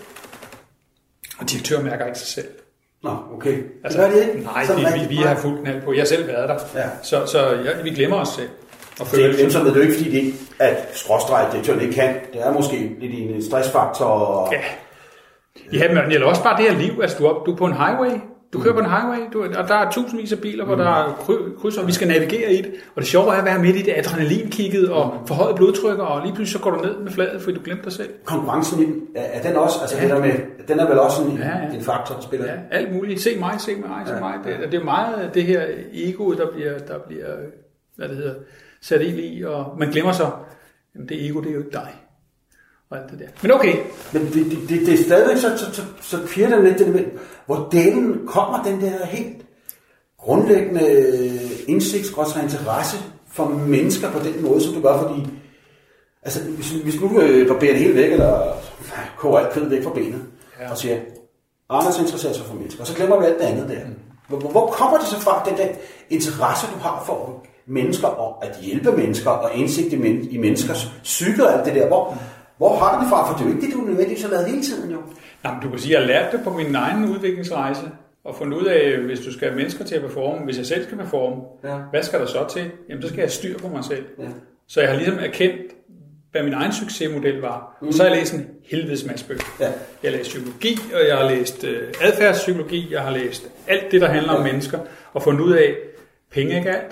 Og direktør mærker ikke sig selv. Nå, okay. Altså, det ikke? Nej, vi har fuldt knald på. Jeg har selv været der. Ja. Så vi glemmer os selv. Det er jo ikke, fordi at skråstreg-direktøren ikke kan. Det er måske lidt en stressfaktor. Ja, men det er også bare det her liv. Altså, du er på en highway. Du kører på en highway, og der er tusindvis af biler, hvor der er krydser, og vi skal navigere i det. Og det sjove er at være midt i det adrenalinkigget og forhøjet blodtryk, og lige pludselig så går du ned med fladet, fordi du glemte dig selv. Konkurrencen, er den også, altså det der med, den er vel også en faktor, der spiller? Ja, alt muligt. Se mig. Det er meget det her ego, der bliver hvad det hedder, sat ind i, og man glemmer så, jamen det ego, det er jo ikke dig. Og alt det der. Men okay. Men det er stadigvæk så kvirer den lidt, hvor delen kommer den der helt grundlæggende indsigt og interesse for mennesker på den måde, som du gør, fordi altså, hvis nu barberer det hele væk, eller koger alt kød væk fra benet, og siger, Anders interesserer sig for mennesker, og så glemmer vi alt det andet der. Hvor kommer det så fra, den der interesse, du har for mennesker, og at hjælpe mennesker, og indsigt i menneskers psyke og alt det der? Hvor har du det fra? For det er jo ikke det, du nødvendigvis har lavet hele tiden, jo. Jamen, du kan sige, at jeg lærte det på min egen udviklingsrejse, og fundet ud af, hvis du skal have mennesker til at performe, hvis jeg selv skal performe, hvad skal der så til? Jamen, så skal jeg have styr på mig selv. Ja. Så jeg har ligesom erkendt, hvad min egen succesmodel var. Og så har jeg læst en helvedes masse bøger. Ja. Jeg har læst psykologi, og jeg har læst adfærdspsykologi, jeg har læst alt det, der handler om mennesker, og fundet ud af, penge er ikke alt.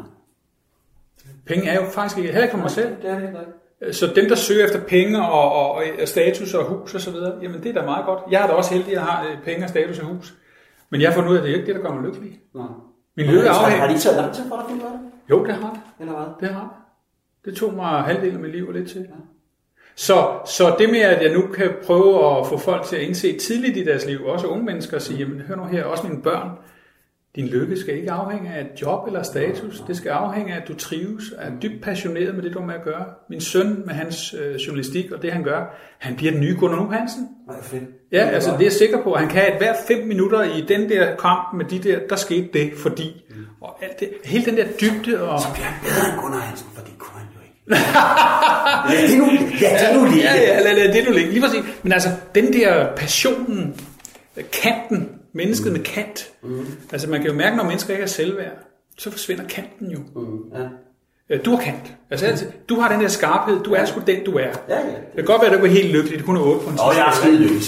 Penge er jo faktisk ikke, heller ikke for mig selv. Det er det ikke. Så dem, der søger efter penge og status og hus og så videre, jamen det er da meget godt. Jeg er da også heldig, at jeg har penge og status og hus. Men jeg har fundet ud af, at det er ikke det, der gør mig lykkelig. Nej. Min lykke afhænger. Har det ikke taget lang tid for dig at finde ud af det? Jo, det har det. Eller hvad? Det har det. Det tog mig halvdelen af mit liv og lidt til. Ja. Så det med, at jeg nu kan prøve at få folk til at indse tidligt i deres liv, også unge mennesker, og sige, jamen hør nu her, også mine børn, din lykke skal ikke afhænge af et job eller status. Det skal afhænge af, at du trives, er dybt passioneret med det, du er med at gøre. Min søn med hans journalistik og det, han gør, han bliver den nye Gunnar Nu Hansen. Nej, fedt. Ja, altså det er jeg sikker på. Han kan hver 5 minutter i den der kamp med de der skete det, fordi. Og alt det, hele den der dybde og... Så bliver han bedre end Gunnar Hansen, for det kunne han jo ikke. det er nu lige. Ja, det er nu lige. Lige præcis. Men altså, den der passionen, kanten, mennesket med kant. Altså man kan jo mærke, når mennesker ikke er selvværd, så forsvinder kanten jo. Du har kant. Altså, du har den der skarphed. Du er sgu den, du er. Ja. Det kan godt være, at du er helt lykkelig. Du kunne 8 på en jeg er skide lykkelig.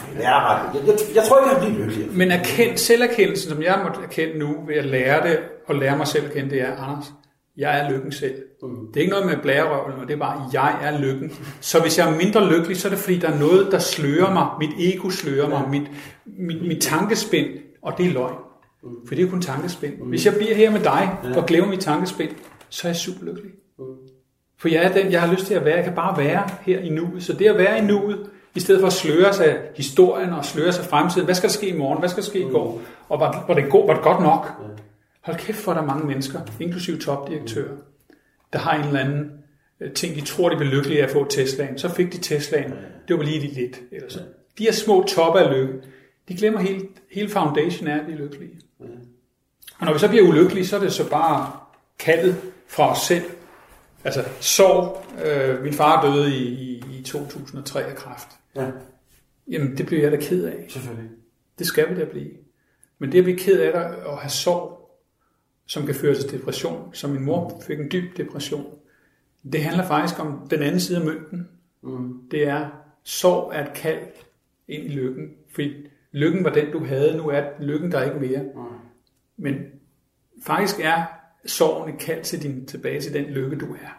Jeg tror ikke, jeg bliver lykkelig. Men selverkendelsen, som jeg måtte erkende nu, ved at lære det, og lære mig selv at kende, det er, Anders, jeg er lykken selv. Det er ikke noget med blærerøvlen, det er bare, jeg er lykken. Så hvis jeg er mindre lykkelig, så er det fordi, der er noget, der slører mig. Mit ego slører mig. Mit tankespind, og det er løgn. For det er kun tankespind. Hvis jeg bliver her med dig, og glemmer mit tankespind, så er jeg super lykkelig. For jeg er den, jeg har lyst til at være. Jeg kan bare være her i nuet. Så det at være i nuet, i stedet for at sløre sig historien og sløre sig fremtiden. Hvad skal der ske i morgen? Hvad skal der ske i går? Og var det godt nok? Hold kæft for, der er mange mennesker, inklusive topdirektører, der har en eller anden ting, de tror, de bliver lykkelige af at få Teslaen. Så fik de Teslaen. Det var lige lidt. Eller så. De her små topper af lykke, de glemmer hele foundation af, at vi er lykkelige. Og når vi så bliver ulykkelige, så er det så bare kaldet fra os selv. Altså sorg. Min far døde i 2003 af kræft. Ja. Jamen, det bliver jeg da ked af. Selvfølgelig. Det skal vi da blive. Men det at blive ked af det, at have sorg, som kan føre til depression, som min mor fik en dyb depression, det handler faktisk om den anden side af mønten. Det er, sorg er et kald ind i lykken. Fordi lykken var den, du havde, nu er lykken der ikke mere. Men faktisk er sorgen et kald tilbage til den lykke, du er.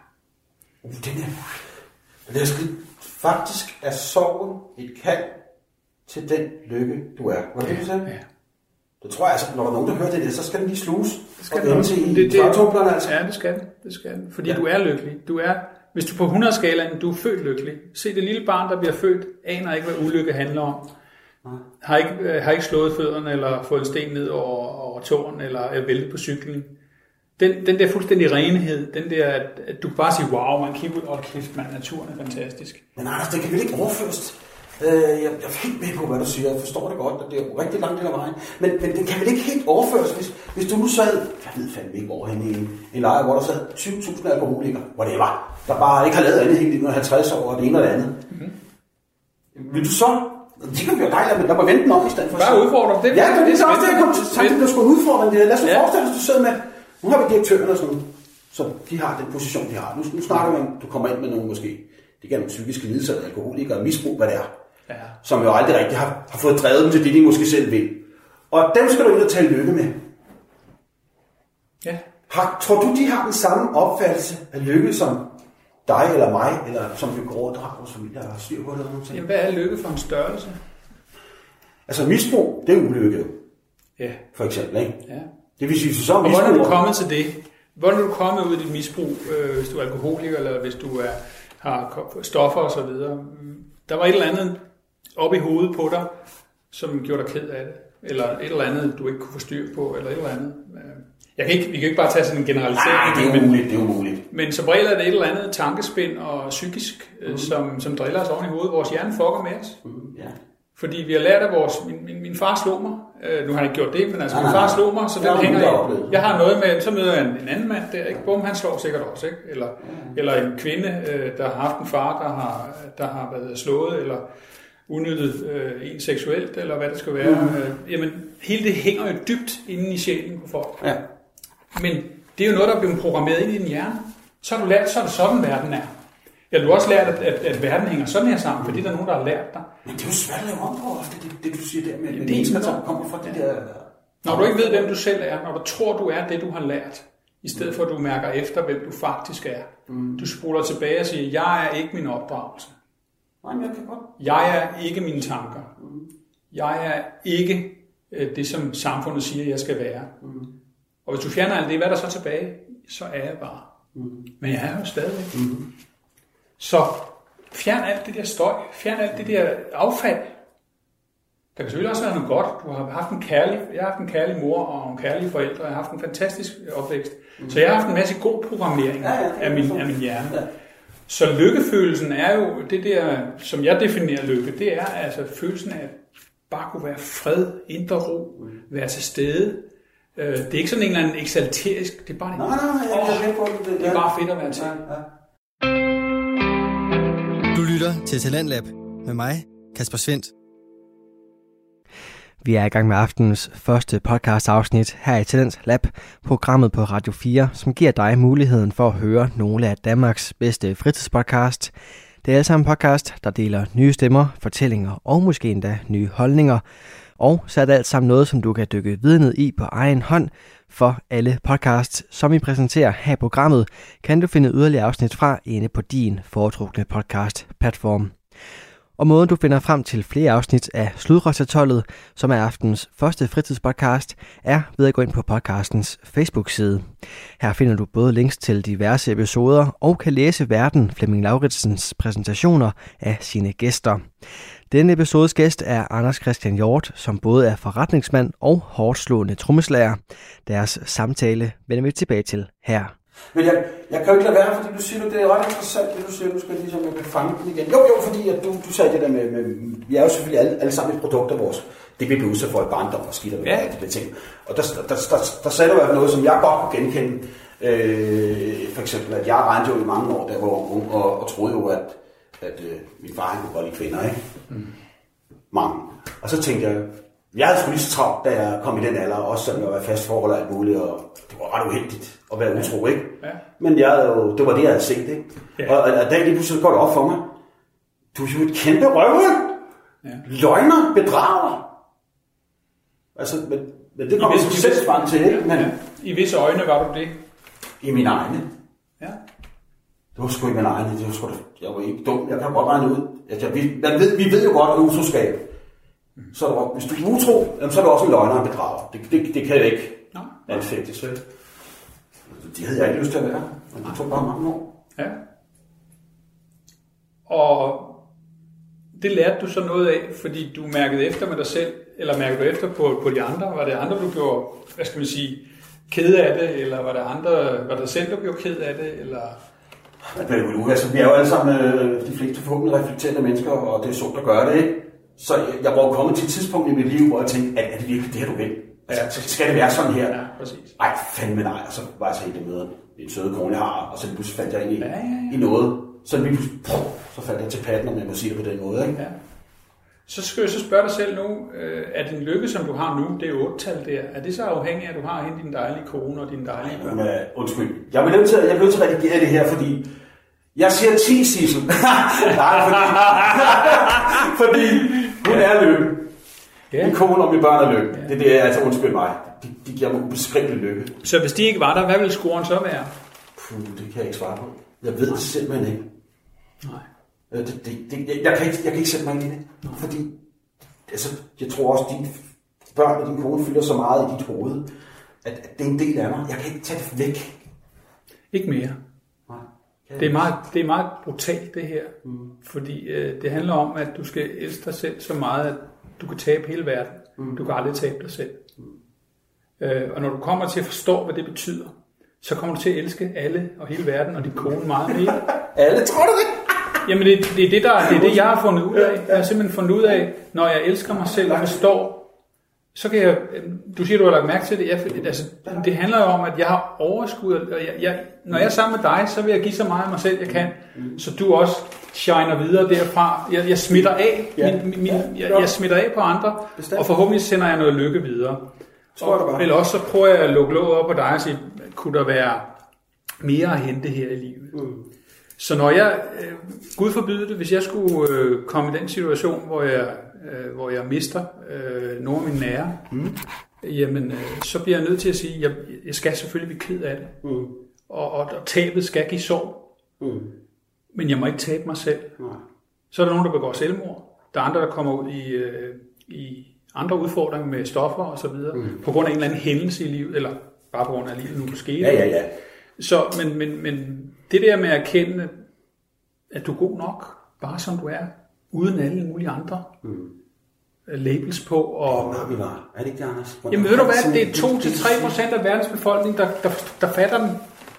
Faktisk er sorgen et kald til den lykke, du er. Var det du sagde? Ja. Det tror jeg, altså, når der er nogen, der hører det, så skal den lige sluges. Det skal den også. Altså. Ja, det skal den. Fordi du er lykkelig. Hvis du på 100-skalaen, du er født lykkelig. Se det lille barn, der bliver født, aner ikke, hvad ulykke handler om. Har ikke slået fødderne, eller fået en sten ned over tåren, eller er væltet på cyklen. Den der fuldstændig renhed, den der, at du bare siger, wow, man kigger ud, kæft, man, naturen er fantastisk. Men Anders, det kan vel ikke overføres. Jeg er helt med på, hvad du siger. Jeg forstår det godt, og det er jo rigtig langt den ad vejen. Men det kan vel ikke helt overføres, hvis du nu sad, jeg ved fandme ikke, hvor henne i en lejr, hvor der sad 20.000 alkoholikere, hvor det var, der bare ikke har lavet andet helt i 50 år, og det ene og det andet. Vil du så... Det kan vi jo dejligt, men der må vente den op i stedet for. Bare udfordre det. Ja, det er også det, jeg kom til samtidig, der skulle udfordre det. Lad os forestille dig, at du sidder med... Nu har vi direktørerne, som de har den position, de har. Nu snakker man, du kommer ind med nogle måske, det kan være nogle psykiske lidelser, alkoholikere, misbrug, hvad det er. Ja. Som jo aldrig rigtig har fået drevet dem til det, de måske selv vil. Og dem skal du ind og tale lykke med. Ja. Tror du, de har den samme opfattelse af lykke som dig eller mig, eller som vi går over og drager vores familie og styr på det? Jamen, hvad er lykke for en størrelse? Altså misbrug, det er ulykke. Ja. For eksempel, ikke? Ja. Det vil sige, så misbrug. Hvordan er du kommet til det? Hvordan er du kommet ud af dit misbrug, hvis du er alkoholiker, eller hvis du har stoffer osv.? Der var et eller andet oppe i hovedet på dig, som gjorde dig ked af det. eller et eller andet, du ikke kunne få styr på, eller et eller andet. Vi kan ikke bare tage sådan en generalisering. Nej, det er umuligt. Men som regel er det et eller andet tankespind og psykisk, som driller os oven i hovedet. Vores hjerne fucker med os. Ja. Fordi vi har lært af min far slog mig. Nu har han ikke gjort det, men altså min far slog mig, så den hænger i. Jeg har noget med, så møder jeg en anden mand der, ikke? Bum, han slår sikkert også, ikke? Eller en kvinde, der har haft en far, der har været slået, eller udnyttet en seksuelt, eller hvad det skal være. Jamen, hele det hænger jo dybt inde i sjælen på folk. Ja. Men det er jo noget, der er blevet programmeret ind i din hjerne. Så har du lært, så er det sådan, verden er. Eller du har også lært, at verden hænger sådan her sammen, fordi der er nogen, der har lært dig. Men det er jo svært at lave om på, det du siger der med mennesker, der kommer fra det der... Når du ikke ved, hvem du selv er, når du tror, du er det, du har lært, i stedet for, at du mærker efter, hvem du faktisk er. Du spoler tilbage og siger, jeg er ikke min opdragelse. Nej, men jeg kan godt. Jeg er ikke mine tanker. Jeg er ikke det, som samfundet siger, jeg skal være. Og hvis du fjerner alt det, hvad er der så tilbage? Så er jeg bare. Men jeg er jo stadigvæk. Så fjern alt det der støj. Fjern alt det der affald. Der kan selvfølgelig også være noget godt. Jeg har haft en kærlig mor og en kærlig forældre. Jeg har haft en fantastisk opvækst. Så jeg har haft en masse god programmering af min hjerne. Ja. Så lykkefølelsen er jo det der, som jeg definerer lykke. Det er altså følelsen af at bare kunne være fred, indre ro, være til stede. Det er ikke sådan en eller anden eksalterisk. Det er bare det er bare fedt at være til. Du lytter til Talentlab med mig, Kasper Svendt. Vi er i gang med aftenens første podcast-afsnit her i Talentlab, programmet på Radio 4, som giver dig muligheden for at høre nogle af Danmarks bedste fritidspodcast. Det er alle sammen podcast, der deler nye stemmer, fortællinger og måske endda nye holdninger. Og så er det alt sammen noget, som du kan dykke videre ned i på egen hånd. For alle podcasts, som vi præsenterer her i programmet, kan du finde yderligere afsnit fra inde på din foretrukne podcast-platform. Og måden du finder frem til flere afsnit af Sludrøsatollet, som er aftens første fritidspodcast, er ved at gå ind på podcastens Facebook-side. Her finder du både links til diverse episoder og kan læse værten Flemming Lauritsens præsentationer af sine gæster. Denne episodes gæst er Anders Christian Hjort, som både er forretningsmand og hårdslående trommeslager. Deres samtale vender vi tilbage til her. Men jeg kan jo ikke lade være, fordi du siger, det er ret interessant, det du siger, du skal ligesom fange den igen. Jo, fordi at du sagde det der med vi er jo selvfølgelig alle sammen et produkt af vores, det vi blev udsat for i barndom og skidt og det ting. Og der sagde du jo noget, som jeg godt kunne genkende. For eksempel, at jeg rendte jo i mange år, da jeg var ung, og troede jo, at min far kunne godt lide kvinder, ikke? Mange. Og så tænkte jeg havde sgu lige så travlt, da jeg kom i den alder, også selvom jeg var fast forhold og alt muligt, og det var ret uheldigt at være utro, ikke? Ja. Men det var det, jeg havde set, ikke? Ja. Og da lige pludselig går det op for mig, du er jo et kæmpe røvhul! Ja. Løgner, bedrager! Altså, men det kommer så selv frem til, ikke? Men, i visse øjne var du det? I mine egne. Ja. Det var sgu ikke mine egne, jeg var ikke dum, jeg kan godt regne ud. Vi ved jo godt, at utroskab. Så hvis du er utro, så er du også en løgner og en bedrager. Det kan jeg ikke anfægte selv. Det havde jeg ikke lyst til at være, men det tog bare mange år. Ja. Og det lærte du så noget af, fordi du mærkede efter med dig selv, eller mærkede du efter på de andre? Var det andre, du gjorde, hvad skal man sige, ked af det, eller var det selv, du gjorde ked af det, eller... Vi er jo alle sammen de fleste forhåbentlig reflekterende mennesker, og det er sundt at gøre det, ikke? Så jeg var kommet til et tidspunkt i mit liv, hvor jeg tænkte, er det virkelig det her, du vil? Altså, skal det være sådan her? Ja, præcis. Ej, fandme nej. Og så var jeg så helt med en søde kone, jeg har, og så pludselig fandt jeg ind i noget. Så lige pludselig, så faldt jeg til patten, om jeg må sige det på den måde, ikke? Ja. Så skal jeg så spørge dig selv nu, er din lykke, som du har nu, det er 8-tal der, er det så afhængigt af, at du har hende din dejlige kone og din dejlige børn? Undskyld. Jeg bliver nødt til at redigere det her, fordi jeg siger 10, Sissel. Nej, fordi hun er lykke. Yeah. Min kone og mine børn er lykke. Yeah. Det er altså, undskyld mig. De giver mig ubeskrivelig lykke. Så hvis de ikke var der, hvad ville scoren så være? Det kan jeg ikke svare på. Jeg ved det simpelthen ikke. Nej. Jeg kan ikke sætte mig ind i det. Fordi altså, jeg tror også, at dine børn og din kone fylder så meget i dit hoved, at det er en del af mig. Jeg kan ikke tage det væk. Ikke mere. Nej. Det er meget brutalt det her, fordi det handler om, at du skal elske dig selv så meget, at du kan tabe hele verden. Du kan aldrig tabe dig selv. Og når du kommer til at forstå, hvad det betyder, så kommer du til at elske alle og hele verden og din kone meget mere. Alle, tror du det? Jamen det er det, jeg har fundet ud af. Jeg har simpelthen fundet ud af, når jeg elsker mig selv og forstår, så kan jeg, du siger, du har lagt mærke til det, det handler jo om, at jeg har overskud, og når jeg er sammen med dig, så vil jeg give så meget af mig selv, jeg kan, så du også shiner videre derfra. Jeg smitter af, jeg smitter af på andre, og forhåbentlig sender jeg noget lykke videre. Eller også så prøver jeg at lukke låget op på dig og sige, kunne der være mere at hente her i livet? Så når jeg, Gud forbyde det, hvis jeg skulle komme i den situation, hvor jeg mister nogle af mine nære, jamen så bliver jeg nødt til at sige, at jeg skal selvfølgelig blive ked af det. Og tabet skal give sorg. Men jeg må ikke tabe mig selv. Så er der nogen, der begår selvmord. Der er andre, der kommer ud i andre udfordringer med stoffer og så videre, på grund af en eller anden hændelse i livet, eller bare på grund af livet nu måske. Ja. Så, men det der med at erkende, at du er god nok, bare som du er, uden alle mulige andre labels på. Og vi var. Er det ikke det, Anders? Jamen ved du hvad, det er 2-3% af verdens befolkning, der fatter den.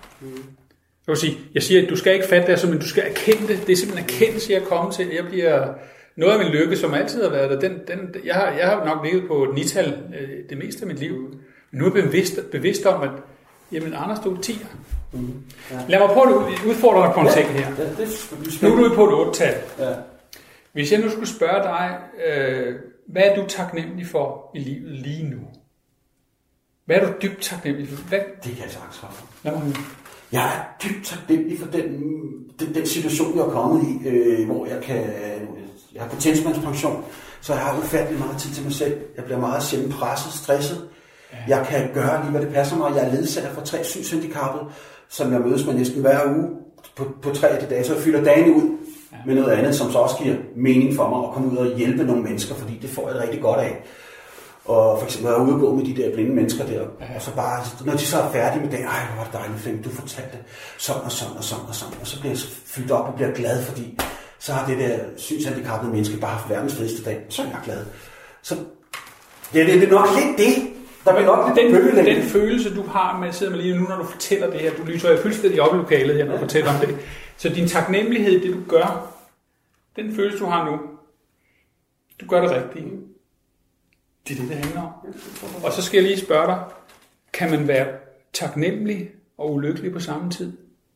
Jeg siger, at du skal ikke fatte det, men du skal erkende det. Det er simpelthen erkendelse, jeg er kommet til. Jeg bliver noget af min lykke, som altid har været der. Jeg har nok levet på et 9-tal det meste af mit liv. Men nu er jeg bevidst om, at jamen, Anders, du er 10'er. Lad mig prøve at udfordre dig på en ting her. Nu er du på et 8-tal. Hvis jeg nu skulle spørge dig, hvad er du taknemmelig for i livet lige nu? Hvad er du dybt taknemmelig for? Det kan jeg sagtens svare. Lad mig nu. Jeg er dybt taknemmelig for den situation, jeg er kommet i, hvor jeg har potentialspension, så jeg har ufattelig meget tid til mig selv. Jeg bliver meget sjældent presset, stresset. Jeg kan gøre lige, hvad det passer mig. Jeg er ledsager for 3 synshandicappede, som jeg mødes med næsten hver uge på 3 af de dage. Så jeg fylder dagene ud med noget andet, som så også giver mening for mig at komme ud og hjælpe nogle mennesker, fordi det får jeg rigtig godt af. Og for eksempel, når jeg er ude og gå med de der blinde mennesker der, og så bare, når de så er færdige med det, hvor var det dejligt, Flemming, du fortalte det sådan og sådan og sådan og sådan, og så bliver jeg fyldt op og bliver glad, fordi så har det der synshandicappede menneske bare haft verdens fedeste dag, så er jeg glad. Så det er nok lidt det. Der vil nok den følelse, du har med at sidde med lige nu, når du fortæller det her, du lyser jo fuldstændig op i lokalet her, når du fortæller om det. Så din taknemmelighed, det du gør, den følelse, du har nu, du gør det rigtigt. Det er det handler om. Og så skal jeg lige spørge dig, kan man være taknemmelig og ulykkelig på samme tid?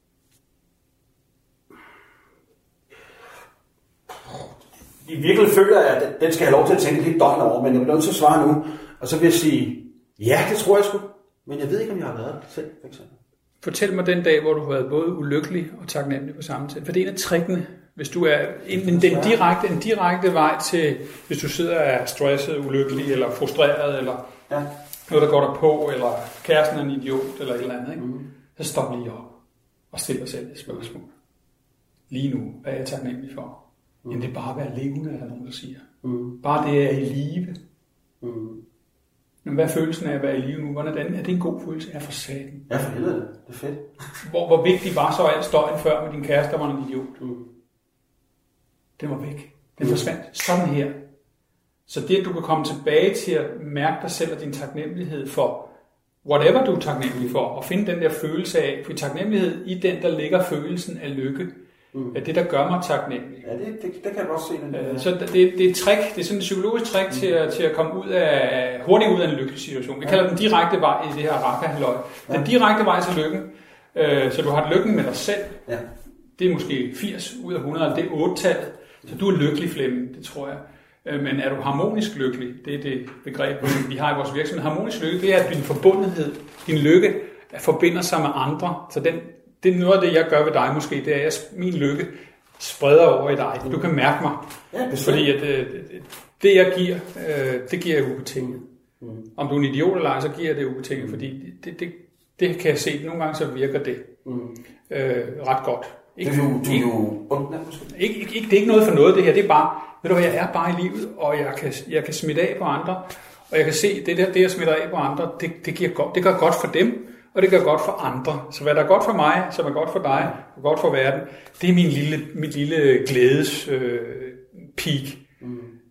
I virkeligheden føler jeg, at den skal have lov til at tænke lidt døgn over, men jeg vil nødt til at svare nu. Og så vil jeg sige, ja, det tror jeg sgu. Men jeg ved ikke, om jeg har været selv, for eksempel. Fortæl mig den dag, hvor du har været både ulykkelig og taknemmelig på samme tid. For det er en af trikkene, hvis du er en direkte vej til, hvis du sidder og er stresset, ulykkelig eller frustreret, eller noget, der går der på, eller kæresten er en idiot, eller et eller andet. Ikke? Så stop lige op og stil dig selv et spørgsmål. Lige nu, hvad er jeg taknemmelig for? Jamen det er bare at være levende, er der nogen, der siger. Bare det er i live. Men hvad er følelsen af at være i live nu? Hvordan er det en god følelse? Ja, for satan. Ja, for helvede. Det er fedt. Hvor vigtig var så al støjen før med din kæreste, der var en idiot? Den var væk. Den forsvandt. Sådan her. Så det, at du kan komme tilbage til at mærke dig selv og din taknemmelighed for whatever du er taknemmelig for, og finde den der følelse af, for taknemmelighed i den, der ligger følelsen af lykke, er det, der gør mig taknemmelig. Ja, det kan jeg godt se. Så det er et trick, det er sådan et psykologisk trick til at komme hurtigt ud af en lykkelig situation. Vi kalder den direkte vej i det her raka-halløj. Den direkte vej til lykken, så du har lykken med dig selv. Ja. Det er måske 80 ud af 100, det er 8-tallet. Så du er lykkelig, Flemming, det tror jeg. Men er du harmonisk lykkelig? Det er det begreb, vi har i vores virksomhed. Harmonisk lykke, det er, at din forbundethed, din lykke, forbinder sig med andre. Så det er noget af det, jeg gør ved dig måske. Det er, at min lykke spreder over i dig. Du kan mærke mig. Ja, fordi at, det, jeg giver, det giver jeg ubetinget. Om du er en idiot eller ej, så giver jeg det ubetinget. Fordi det kan jeg se. Nogle gange så virker det ret godt. Det er ikke noget for noget, det her. Det er bare, ved du hvad, jeg er bare i livet, og jeg kan smitte af på andre. Og jeg kan se, det jeg smitter af på andre, det gør godt for dem, og det gør godt for andre. Så hvad der er godt for mig, som er godt for dig, og godt for verden, det er mit lille glædes peak.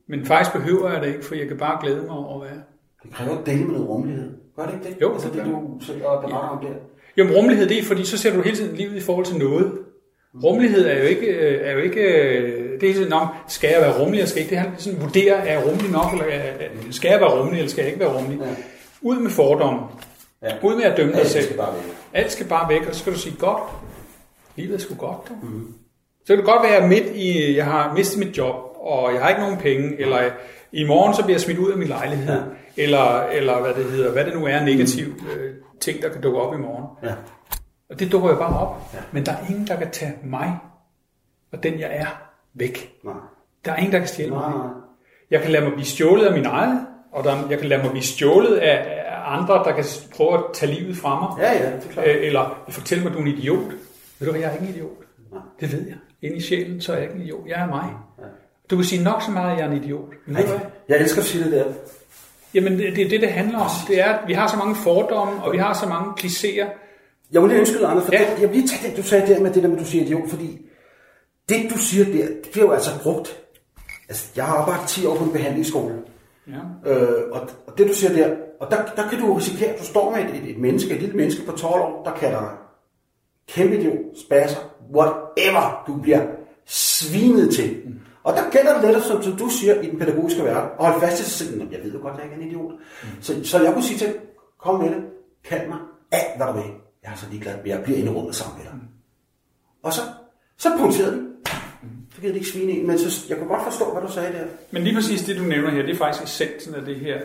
Men faktisk behøver jeg det ikke, for jeg kan bare glæde mig over at være. Det kræver at dele med noget rummelighed. Gør det ikke det? Jo, altså det du sidder og beretter om der. Jamen rummelighed, det er fordi, så ser du hele tiden livet i forhold til noget. Rummelighed er jo ikke det er sådan, om skal jeg være rummelig eller skal ikke. Det er sådan vurdere, er jeg rummelig nok, eller skal jeg være rummelig, eller skal jeg ikke være rummelig. Ja. Ud med fordomme. Ja. Ud med at dømme dig selv. Alt skal bare væk, og så skal du sige, godt, livet er sgu godt. Mm-hmm. Så kan det godt være midt i, jeg har mistet mit job, og jeg har ikke nogen penge, eller i morgen så bliver jeg smidt ud af min lejlighed, eller hvad det hedder, hvad det nu er negativ ting, der kan dukke op i morgen. Ja. Og det dukker jo bare op, men der er ingen, der kan tage mig, og den jeg er, væk. Nej. Der er ingen, der kan stjæle mig. Jeg kan lade mig blive stjålet af min eget, og jeg kan lade mig blive stjålet af andre, der kan prøve at tage livet fra mig. Ja, det er klart. Eller fortælle mig, at du er en idiot. Ved du hvad, jeg er ikke en idiot. Nej. Det ved jeg. Inde i sjælen, så er jeg ikke en idiot. Jeg er mig. Ja. Du kan sige nok så meget, at jeg er en idiot. Men jeg elsker at sige det der. Jamen, det handler om. Det er, at vi har så mange fordomme, og vi har så mange klichéer. Jeg vil lige ønske noget andet, for jeg vil lige tage det, du sagde der med det der med, du siger idiot, fordi det, du siger der, det bliver jo altså brugt. Altså, jeg har arbejdet 10 år på en behandlingsskole. Ja. Og det, du siger der, og der kan du risikere, at du står med et menneske, et lille menneske på 12 år, der kalder dig kæmpe idiot, spasser, whatever du bliver svinet til. Mm. Og der gælder det lidt, som du siger i den pædagogiske verden, og hold fast til sig selv, jeg ved jo godt, at jeg ikke er en idiot. Mm. Så jeg kunne sige til, kom med det, kald mig, alt hvad du vil. Jeg er så ligeglad, at jeg bliver inde i rummet sammen med dig. Mm. Og så punkterede de. Så gider det ikke svine en, men så, jeg kunne godt forstå, hvad du sagde der. Men lige præcis det, du nævner her, det er faktisk essensen af det her,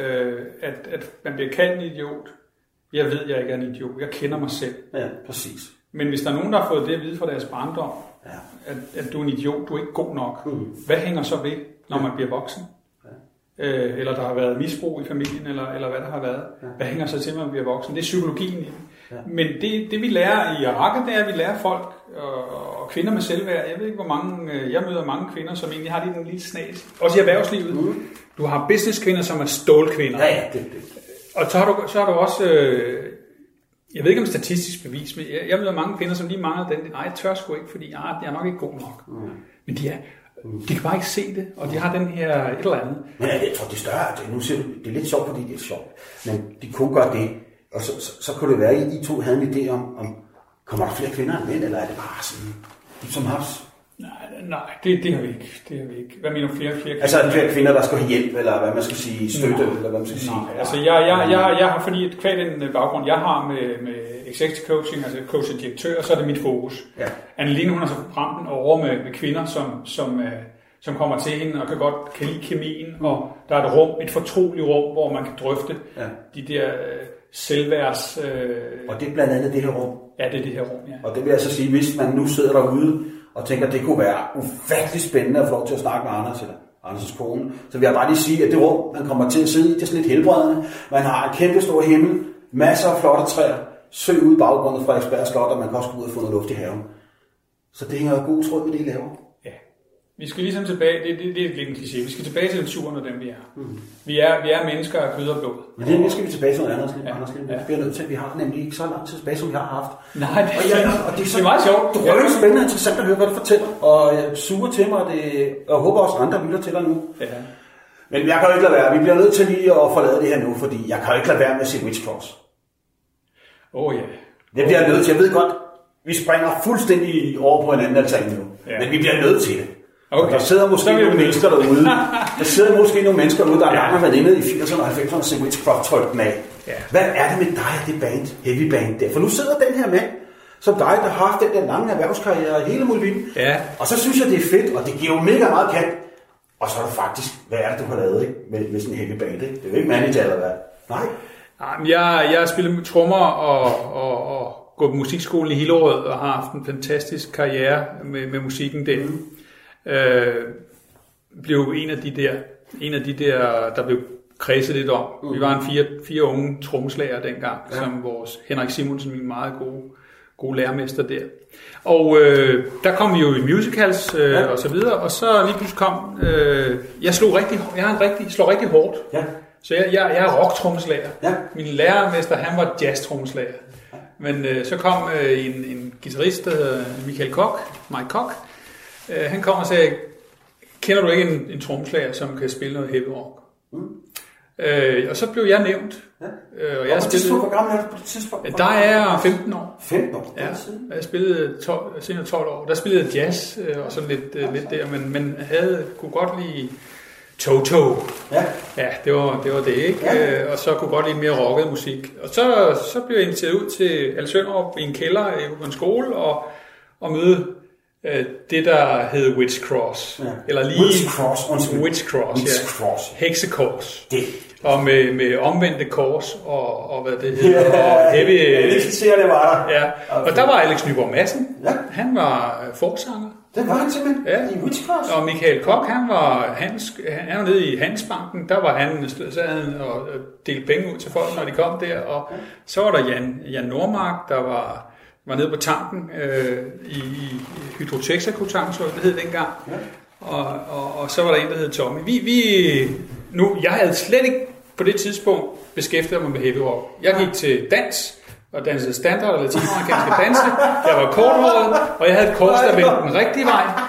at man bliver kaldt en idiot. Jeg ved, jeg ikke er en idiot. Jeg kender mig selv. Ja, præcis. Men hvis der er nogen, der har fået det at vide fra deres barndom, at du er en idiot, du er ikke god nok, hvad hænger så ved, når man bliver voksen? Eller der har været misbrug i familien, eller hvad der har været. Hvad hænger så til, når man bliver voksen? Det er psykologien i det. Ja. Men det vi lærer i Irak, det er, at vi lærer folk og kvinder med selvværd. Jeg ved ikke, hvor mange... Jeg møder mange kvinder, som egentlig har den lille snas. Også i erhvervslivet. Mm. Du har businesskvinder, som er stålkvinder. Ja, det. Og så har du også... jeg ved ikke om statistisk bevis, men jeg møder mange kvinder, som lige mangler den. Nej, jeg tør sgu ikke, fordi jeg er nok ikke god nok. Mm. Men de kan bare ikke se det, og de har den her et eller andet. Men jeg tror, det er større. Nu siger du, det er lidt sjovt, fordi det er sjovt. Men de kunne gøre det. Og så kunne det være, at I to havde en idé om kommer der flere kvinder end mænd, eller er det bare sådan, som haps? Nej, det har vi ikke. Hvad mener du flere kvinder? Altså flere kvinder, der skal have hjælp, eller hvad man skal sige, støtte, eller hvad man skal sige? Altså jeg har, fordi kvad den baggrund, jeg har med executive coaching, altså coach og direktør, så er det mit fokus. Ja. Anneline, hun har så ramt over med kvinder, som kommer til hende og kan lide kemien, og der er et rum, et fortroligt rum, hvor man kan drøfte de der selvværds... Og det er blandt andet det her rum? Ja, det er det her rum, ja. Og det vil jeg så sige, hvis man nu sidder derude og tænker, at det kunne være ufattelig spændende at få lov til at snakke med Anders eller Anders' kone, så vil jeg bare lige sige, at det rum, man kommer til at sidde i, det er sådan lidt helbredende. Man har en kæmpe stor himmel, masser af flotte træer, sø ude i baggrunden fra Frederiksberg Slot, og man kan også gå ud og få noget luft i haven. Så det hænger god tråd med det, I laver. Ja. Vi skal ligesom tilbage, det er lidt en kliché, vi skal tilbage til naturen og dem vi er. Mm. Vi er mennesker af kød og blod. Men det skal vi tilbage til noget andet, Anders. Vi bliver nødt til, vi har nemlig ikke så lang tid tilbage, som vi har haft. Nej, det er meget sjovt. Det er spændende og interessant at høre, hvad du fortæller, og jeg suger til mig, og håber også andre lytter til dig nu. Ja. Men jeg kan jo ikke lade være, vi bliver nødt til lige at forlade det her nu, fordi jeg kan jo ikke lade være med at se Witchcross. Ja. Det bliver jeg nødt til, jeg ved godt, vi springer fuldstændig over på en anden altan nu, men vi bliver nødt til det. Okay. Der sidder måske nogle mennesker derude. Der sidder måske nogle mennesker derude, der engang har været inde i 80'erne og 90'erne og set Witchcraft-trykten af. Ja. Hvad er det med dig og det band, heavy band der? For nu sidder den her mand, som dig, der har haft den der lange erhvervskarriere hele muligheden. Ja. Og så synes jeg, det er fedt, og det giver jo mega meget kant. Og så er det faktisk, hvad er det, du har lavet ikke? Med sådan en heavy band, ikke? Det er jo ikke manager eller hvad? Nej. Jeg har spillet trommer og gået på musikskolen i Hillerød og har haft en fantastisk karriere med musikken der. Blev en af de der, der blev kredset lidt om. Vi var en fire unge trommeslagere dengang, som vores Henrik Simonsen, min meget gode lærermester der. Og der kom vi jo i musicals og så videre, og så lige pludselig kom, jeg slår rigtig hårdt. Ja. Så jeg er rock-trommeslager. Ja. Min lærermester, han var jazz-trommeslager. Men så kom en guitarist, der hedder Mike Koch. Han kom og sagde, kender du ikke en trommeslager, som kan spille noget heavy rock? Og så blev jeg nævnt. Ja. Og jeg spillede... Hvor gammel er du på det tidspunkt? Der er jeg 15 år. 15 år? Ja, jeg spillede 12 år. Der spillede jeg jazz og sådan lidt der, men kunne godt lide Toto. Ja, det var det, ikke? Ja. Og så kunne godt lide mere rocket musik. Og så blev jeg inviteret ud til Alsønderup i en kælder på en skole og møde det, der hed Witch Cross. Ja. Eller lige... Witch Cross. Heksekors. Det. Og med omvendte kors og hvad det hedder. Og heavy... det var der. Ja. Og der var Alex Nyborg Madsen. Ja. Han var forsanger. Det var han simpelthen i Witch Cross. Og Michael Koch, han var nede i Handelsbanken. Der var han og delte penge ud til folk, når de kom der. Og så var der Jan Nordmark, der var nede på tanken i Hydrotexaco-tanken, så det hed dengang. Ja. Og så var der en, der hed Tommy. Jeg havde slet ikke på det tidspunkt beskæftiget mig med heavy rock. Jeg gik til dans og dansede standard og latinamerikanske danse. Jeg var korthåret, og jeg havde et kors, der vendte den rigtige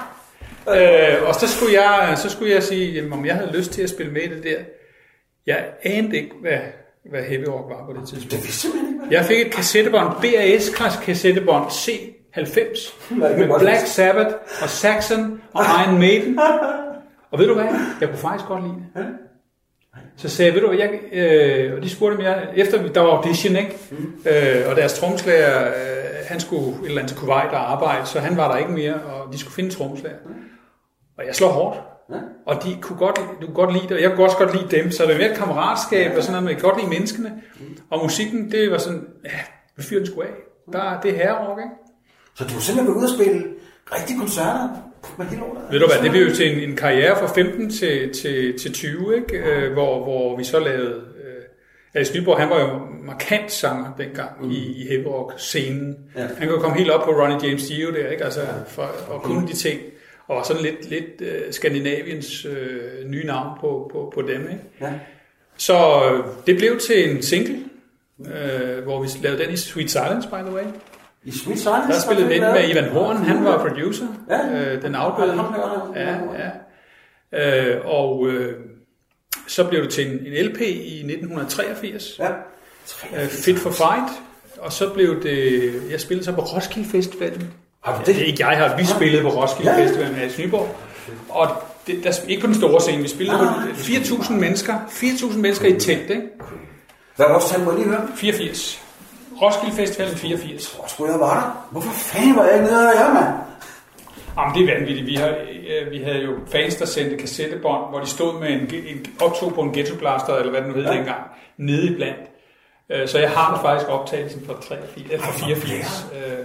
vej. Og så skulle jeg sige, om jeg havde lyst til at spille med i det der. Jeg anede ikke, hvad heavy rock var på det tidspunkt. Jeg fik et kassettebånd, BAS-kassettebånd C90 med Black Sabbath og Saxon og Iron Maiden. Og ved du hvad? Jeg kunne faktisk godt lide det. Så sagde jeg, ved du hvad, og de spurgte mig, efter der var audition, ikke? Og deres trommeslager, han skulle et eller andet til Kuwait og arbejde, så han var der ikke mere, og de skulle finde trommeslager. Og jeg slår hårdt. Og de kunne godt lide det, og jeg kunne også godt lide dem, så det var mere et kammeratskab og sådan noget, men jeg kunne godt lide menneskene. Og musikken, det var sådan, hvad fyren skulle af? Det er herrerock, ikke? Så du har simpelthen været ude at spille rigtige koncerter med hele året? Ved du hvad, det blev jo til en karriere fra 15 til 20, ikke? Hvor vi så lavede... Alex Nyborg, han var jo markant sanger dengang i heavy rock-scenen. Ja. Han kunne komme helt op på Ronnie James Dio der, ikke? Altså, og kunne de ting. Og sådan lidt Skandinaviens nye navn på dem, ikke? Ja. Så det blev til en single, hvor vi lavede den i Sweet Silence, by the way. I Sweet Silence? Der spillede den med Ivan Horn, han var producer. Ja. Den afdøde. Ja. Og så blev det til en LP i 1983. Ja. Fit for Fight. Og så blev det... Jeg spillede så på Roskilde Festivalen. Har du det? Ikke jeg har. Vi spillede på Roskilde Festivalen med Alex Nyborg. Og ikke på den store scene. Vi spillede på 4.000 mennesker. 4.000 mennesker i et telt, ikke? Hvad var også tal, må jeg lige høre? 84. Roskilde Festivalen 84. Hvor skulle jeg være der? Hvorfor fanden var jeg ikke nede af jer, mand? Jamen, det er vanvittigt. Vi havde jo fans, der sendte kassettebånd, hvor de stod med en optog på en ghettoblaster, eller hvad det nu hed dengang, nede i blandt. Så jeg har faktisk optagelsen fra 84.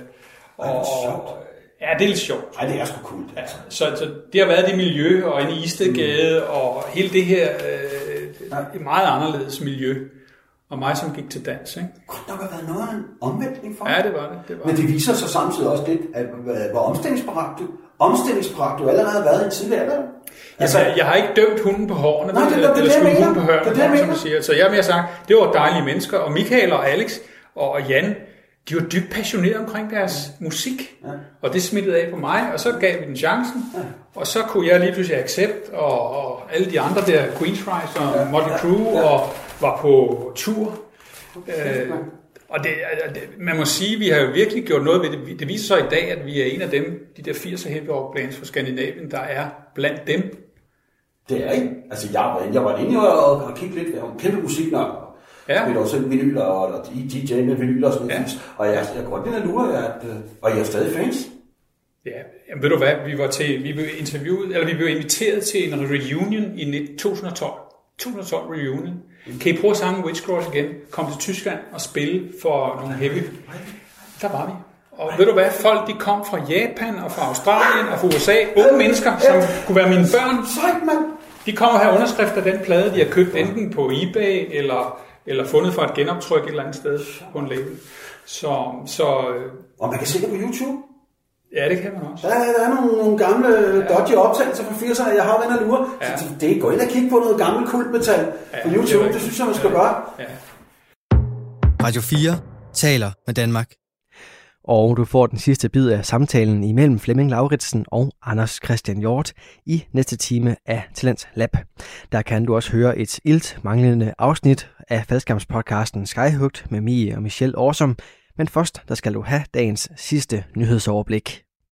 Ja, det er lidt sjovt. Ja, det er sgu cool. Altså. Så det har været det miljø, og inde i Istedgade, og hele det her meget anderledes miljø. Og mig, som gik til dans, ikke? Godt nok har været noget af en omvæltning for. Ja, det var det. Men det viser sig samtidig også lidt, at hvor omstillingsparat du allerede har været i tidligere alder. Altså, jeg har ikke dømt hunden på hårene, eller skudt hunden på hørene, som man siger. Så jeg har mere sagt, det var dejlige mennesker, og Michael og Alex og Jan, de var dybt passionerede omkring deres musik, og det smittede af på mig, og så gav vi den chancen, og så kunne jeg lige pludselig Accept, og alle de andre der, Queensryche og Motley Crue, og var på tur. Og man må sige, at vi har jo virkelig gjort noget ved det. Det viser sig i dag, at vi er en af dem, de der 80'er heavy rock bands fra Skandinavien, der er blandt dem. Det er ikke. Altså, jeg var inde og kigge lidt på kæmpe musik nok. Ja. Vi har også vinyler og DJ med vinyler og sådan noget. Ja. Og jeg går den her lure, og jeg er stadig fans. Ja, jamen, ved du hvad, vi blev inviteret til en reunion i 2012. 2012 reunion. Kan I prøve at sange Witch Cross igen? Kom til Tyskland og spille for nogle heavy. Der var vi. Og ved du hvad, folk de kom fra Japan og fra Australien og fra USA. Unge mennesker, som kunne være mine børn. Sejt, mand. De kommer her underskrifter af den plade, de har købt enten på eBay eller fundet fra et genoptryk et eller andet sted på en label. Og man kan se det på YouTube. Ja, det kan man også. Der er nogle gamle dodgy optagelser fra 80'erne, jeg har den her lure. Ja. Så det går ind og kigge på noget gammel kultmetal på YouTube. Det synes jeg, man skal gøre. Ja. Radio 4 taler med Danmark. Og du får den sidste bid af samtalen imellem Flemming Lauritsen og Anders Christian Hjort i næste time af Talent Lab. Der kan du også høre et manglende afsnit af faldskærmspodcasten Skyhugt med Mie og Michelle Awesome. Men først, der skal du have dagens sidste nyhedsoverblik.